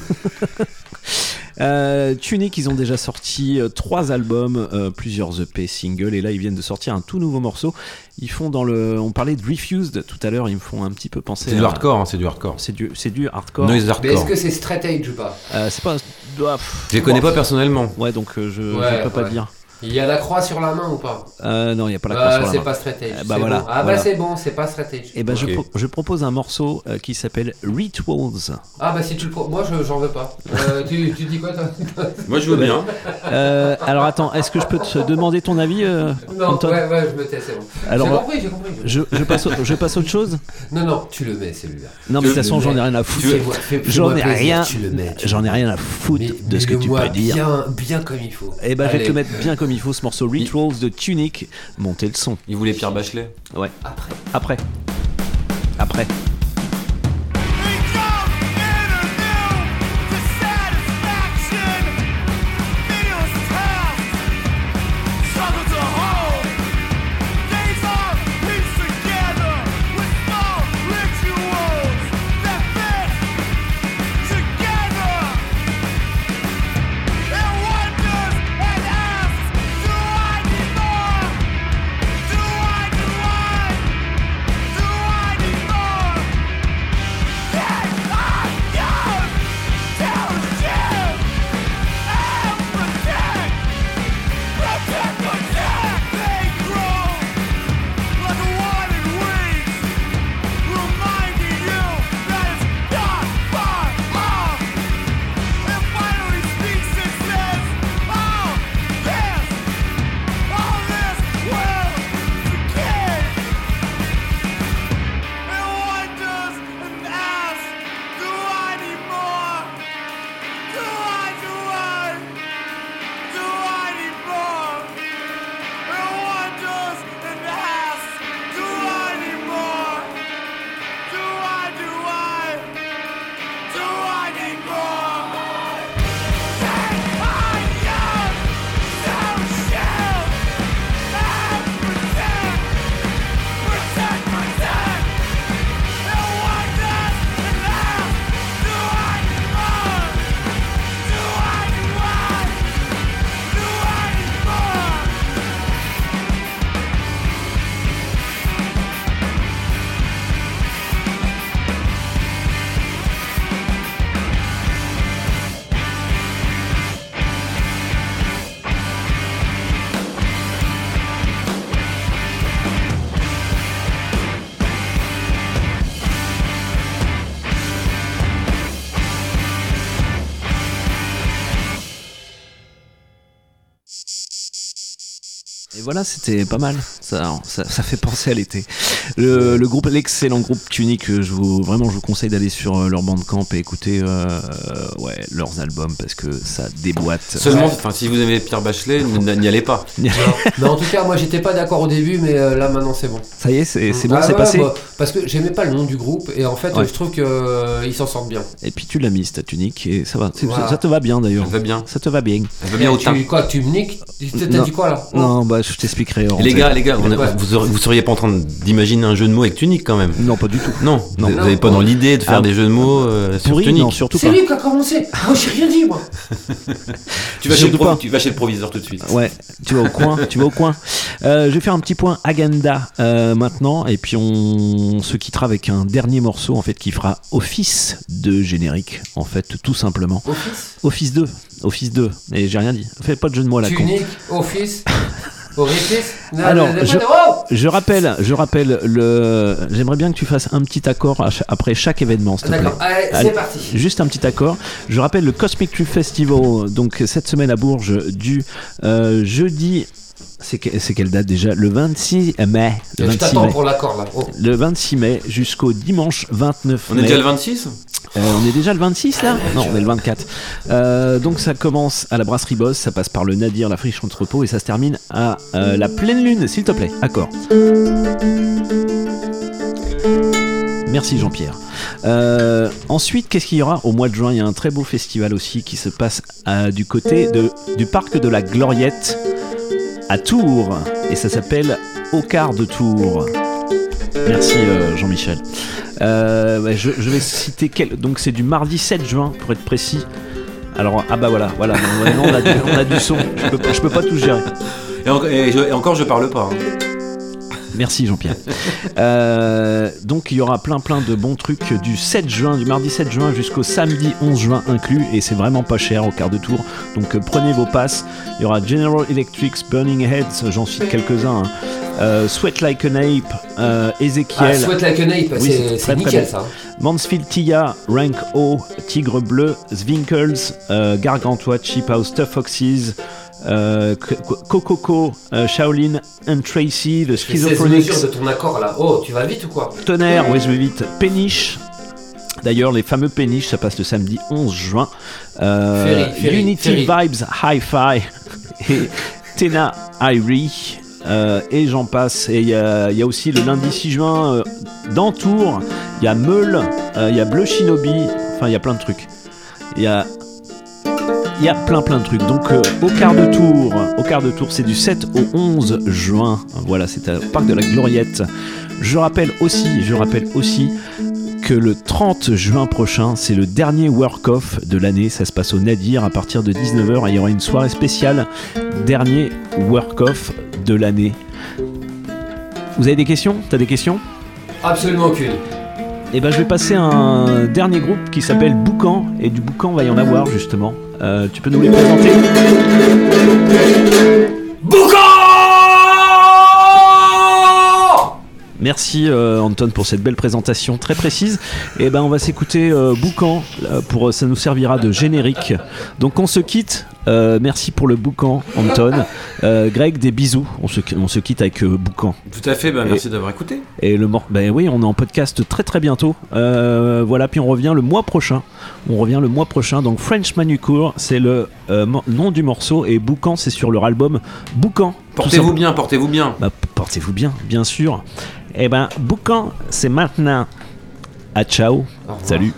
Tunic, ils ont déjà sorti 3 albums, plusieurs EP, singles, et là ils viennent de sortir un tout nouveau morceau. Ils font on parlait de Refused tout à l'heure, ils me font un petit peu penser. C'est du hardcore, hein, c'est du hardcore. C'est du hardcore. Noise hardcore. Mais est-ce que c'est straight edge ou pas? C'est pas. Je les connais pas personnellement. Ouais, donc je peux pas dire. Il y a la croix sur la main ou pas? Non, il n'y a pas la croix sur la main. C'est pas straight edge. Bah voilà. Bon. Ah bah c'est bon, c'est pas straight edge. Et bah je propose un morceau qui s'appelle Rituals. Ah bah si tu le moi j'en veux pas. Tu dis quoi toi? Moi je veux bien. Alors attends, est-ce que je peux te demander ton avis Non, Antoine? ouais, je me tais, c'est bon. Alors, j'ai compris. Je passe à autre chose? Non, tu le mets celui-là. Non mais de toute façon j'en ai rien à foutre. J'en ai rien à foutre de ce que tu peux dire. Bien comme il faut. Et bah je vais te le mettre bien comme il faut, ce morceau Rituals de Tunic. Montez le son. Il voulait Pierre Bachelet. Ouais. Après. Et voilà, c'était pas mal. Ça fait penser à l'été. L'excellent groupe Tunic, je vous conseille d'aller sur leur Bandcamp et écouter leurs albums parce que ça déboîte. Seulement, si vous aimez Pierre Bachelet, n'y allez pas. Non, en tout cas, moi j'étais pas d'accord au début, mais là maintenant c'est bon. Ça y est, c'est bon, c'est passé. Parce que j'aimais pas le nom du groupe et en fait, je trouve qu'ils s'en sortent bien. Et puis tu l'as mis, ta Tunic, et ça va. Ça te va bien d'ailleurs. Ça va bien. Ça te va bien. Ça va bien au teint. Tu me niques? T'as dit quoi là? Non, bah je t'expliquerai. Les gars, vous seriez pas en train d'imaginer un jeu de mots avec Tunic quand même? Non, pas du tout. Non, vous n'avez pas dans l'idée de faire des jeux de mots sur Tunic? Non, surtout pas. C'est lui qui a commencé. Moi, j'ai rien dit, moi. Tu vas chez le proviseur tout de suite. Ouais, tu vas au coin. Je vais faire un petit point agenda maintenant, et puis on se quittera avec un dernier morceau en fait qui fera office de générique, en fait, tout simplement. Office 2. Et j'ai rien dit. Fais pas de jeu de mots à la con. Tunic, Office. Alors, je rappelle j'aimerais bien que tu fasses un petit accord après chaque événement, s'il te plaît. D'accord, allez, c'est parti. Juste un petit accord. Je rappelle le Cosmic Trip Festival, donc cette semaine à Bourges, du jeudi. C'est quelle date déjà? Le 26 mai. Je t'attends pour l'accord là. Oh. Le 26 mai jusqu'au dimanche 29 mai. On est déjà le 26 on est déjà le 26 là? Non, on est le 24. Donc ça commence à la brasserie Boss, ça passe par le Nadir, la Friche Entrepôt et ça se termine à la pleine lune, s'il te plaît. Accord. Merci Jean-Pierre. Ensuite, qu'est-ce qu'il y aura au mois de juin? Il y a un très beau festival aussi qui se passe du côté du parc de la Gloriette à Tours, et ça s'appelle Au quart de Tours. Merci Jean-Michel. Je vais citer donc c'est du mardi 7 juin pour être précis. Alors voilà, non, on a du son. Je peux pas tout gérer. Et encore je parle pas. Merci Jean-Pierre. Donc il y aura plein de bons trucs du mardi 7 juin jusqu'au samedi 11 juin inclus, et c'est vraiment pas cher au quart de tour. Donc prenez vos passes. Il y aura General Electric's Burning Heads, j'en cite quelques-uns. Sweat Like an Ape, Ezekiel. Sweat Like an Ape, oui, c'est nickel ça. Mansfield Tia, Rank O, Tigre Bleu, Zwinkels, Gargantua, Cheap House, Tough Foxes. Coco, Shaolin and Tracy, The Schizophrenics. C'est de ton accord là. Oh, tu vas vite ou quoi? Tonnerre, oui, je vais vite. Péniche. D'ailleurs, les fameux péniches, ça passe le samedi 11 juin. Unity Vibes Hi-Fi et Tena Irie. Et j'en passe. Et il y a aussi le lundi 6 juin dans Tours. Il y a Meule, il y a Bleu Shinobi. Enfin, il y a plein de trucs. Il y a plein de trucs. Donc au quart de tour, c'est du 7 au 11 juin. Voilà, c'est au parc de la Gloriette. Je rappelle aussi que le 30 juin prochain, c'est le dernier work-off de l'année. Ça se passe au Nadir à partir de 19h. Et il y aura une soirée spéciale, dernier work-off de l'année. Vous avez des questions? T'as des questions? Absolument aucune. Et ben je vais passer à un dernier groupe qui s'appelle Boucan, et du Boucan va y en avoir justement. Tu peux nous les présenter? Boucan! Merci Anton pour cette belle présentation très précise. Et ben on va s'écouter Boucan, ça nous servira de générique. Donc on se quitte. Merci pour le Boucan, Anton. Greg, des bisous. On se quitte avec Boucan. Tout à fait, merci d'avoir écouté. Et oui, on est en podcast très bientôt. Voilà, puis on revient le mois prochain. Donc French Manucure, c'est le nom du morceau, et Boucan, c'est sur leur album Boucan. Portez-vous bien. Portez-vous bien, bien sûr. Et ben Boucan, c'est maintenant. À ciao. Salut.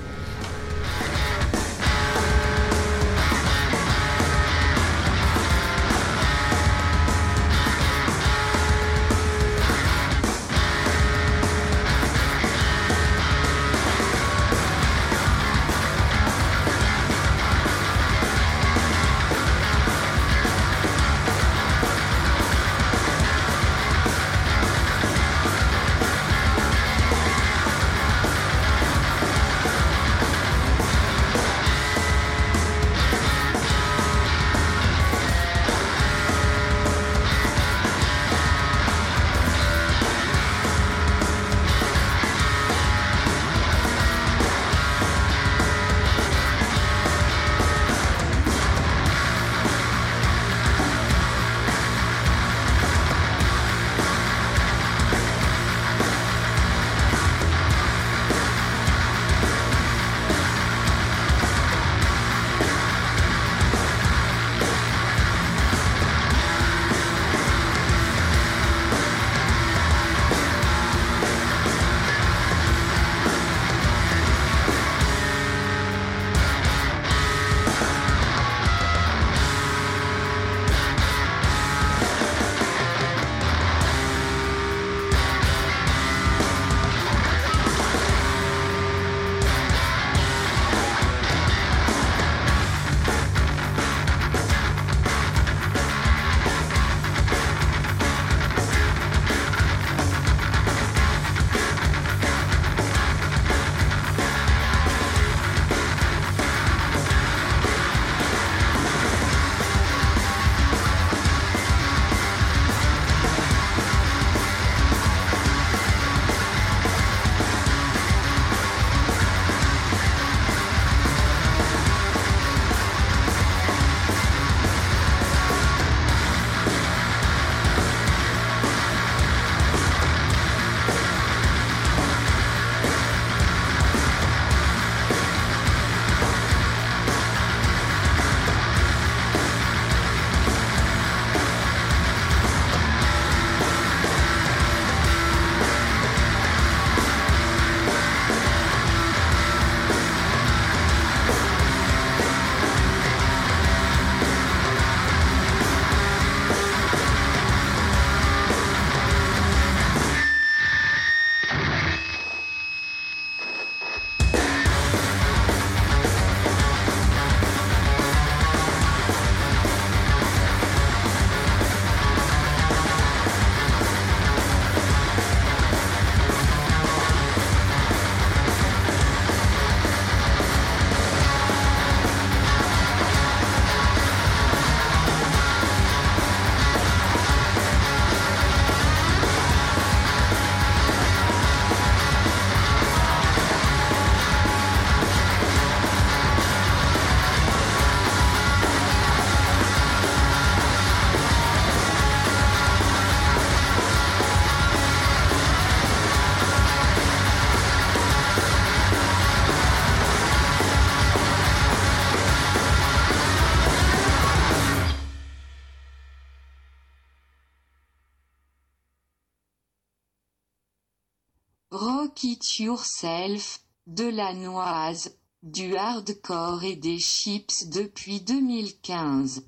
Rock It Yourself, de la noise, du hardcore et des chips depuis 2015.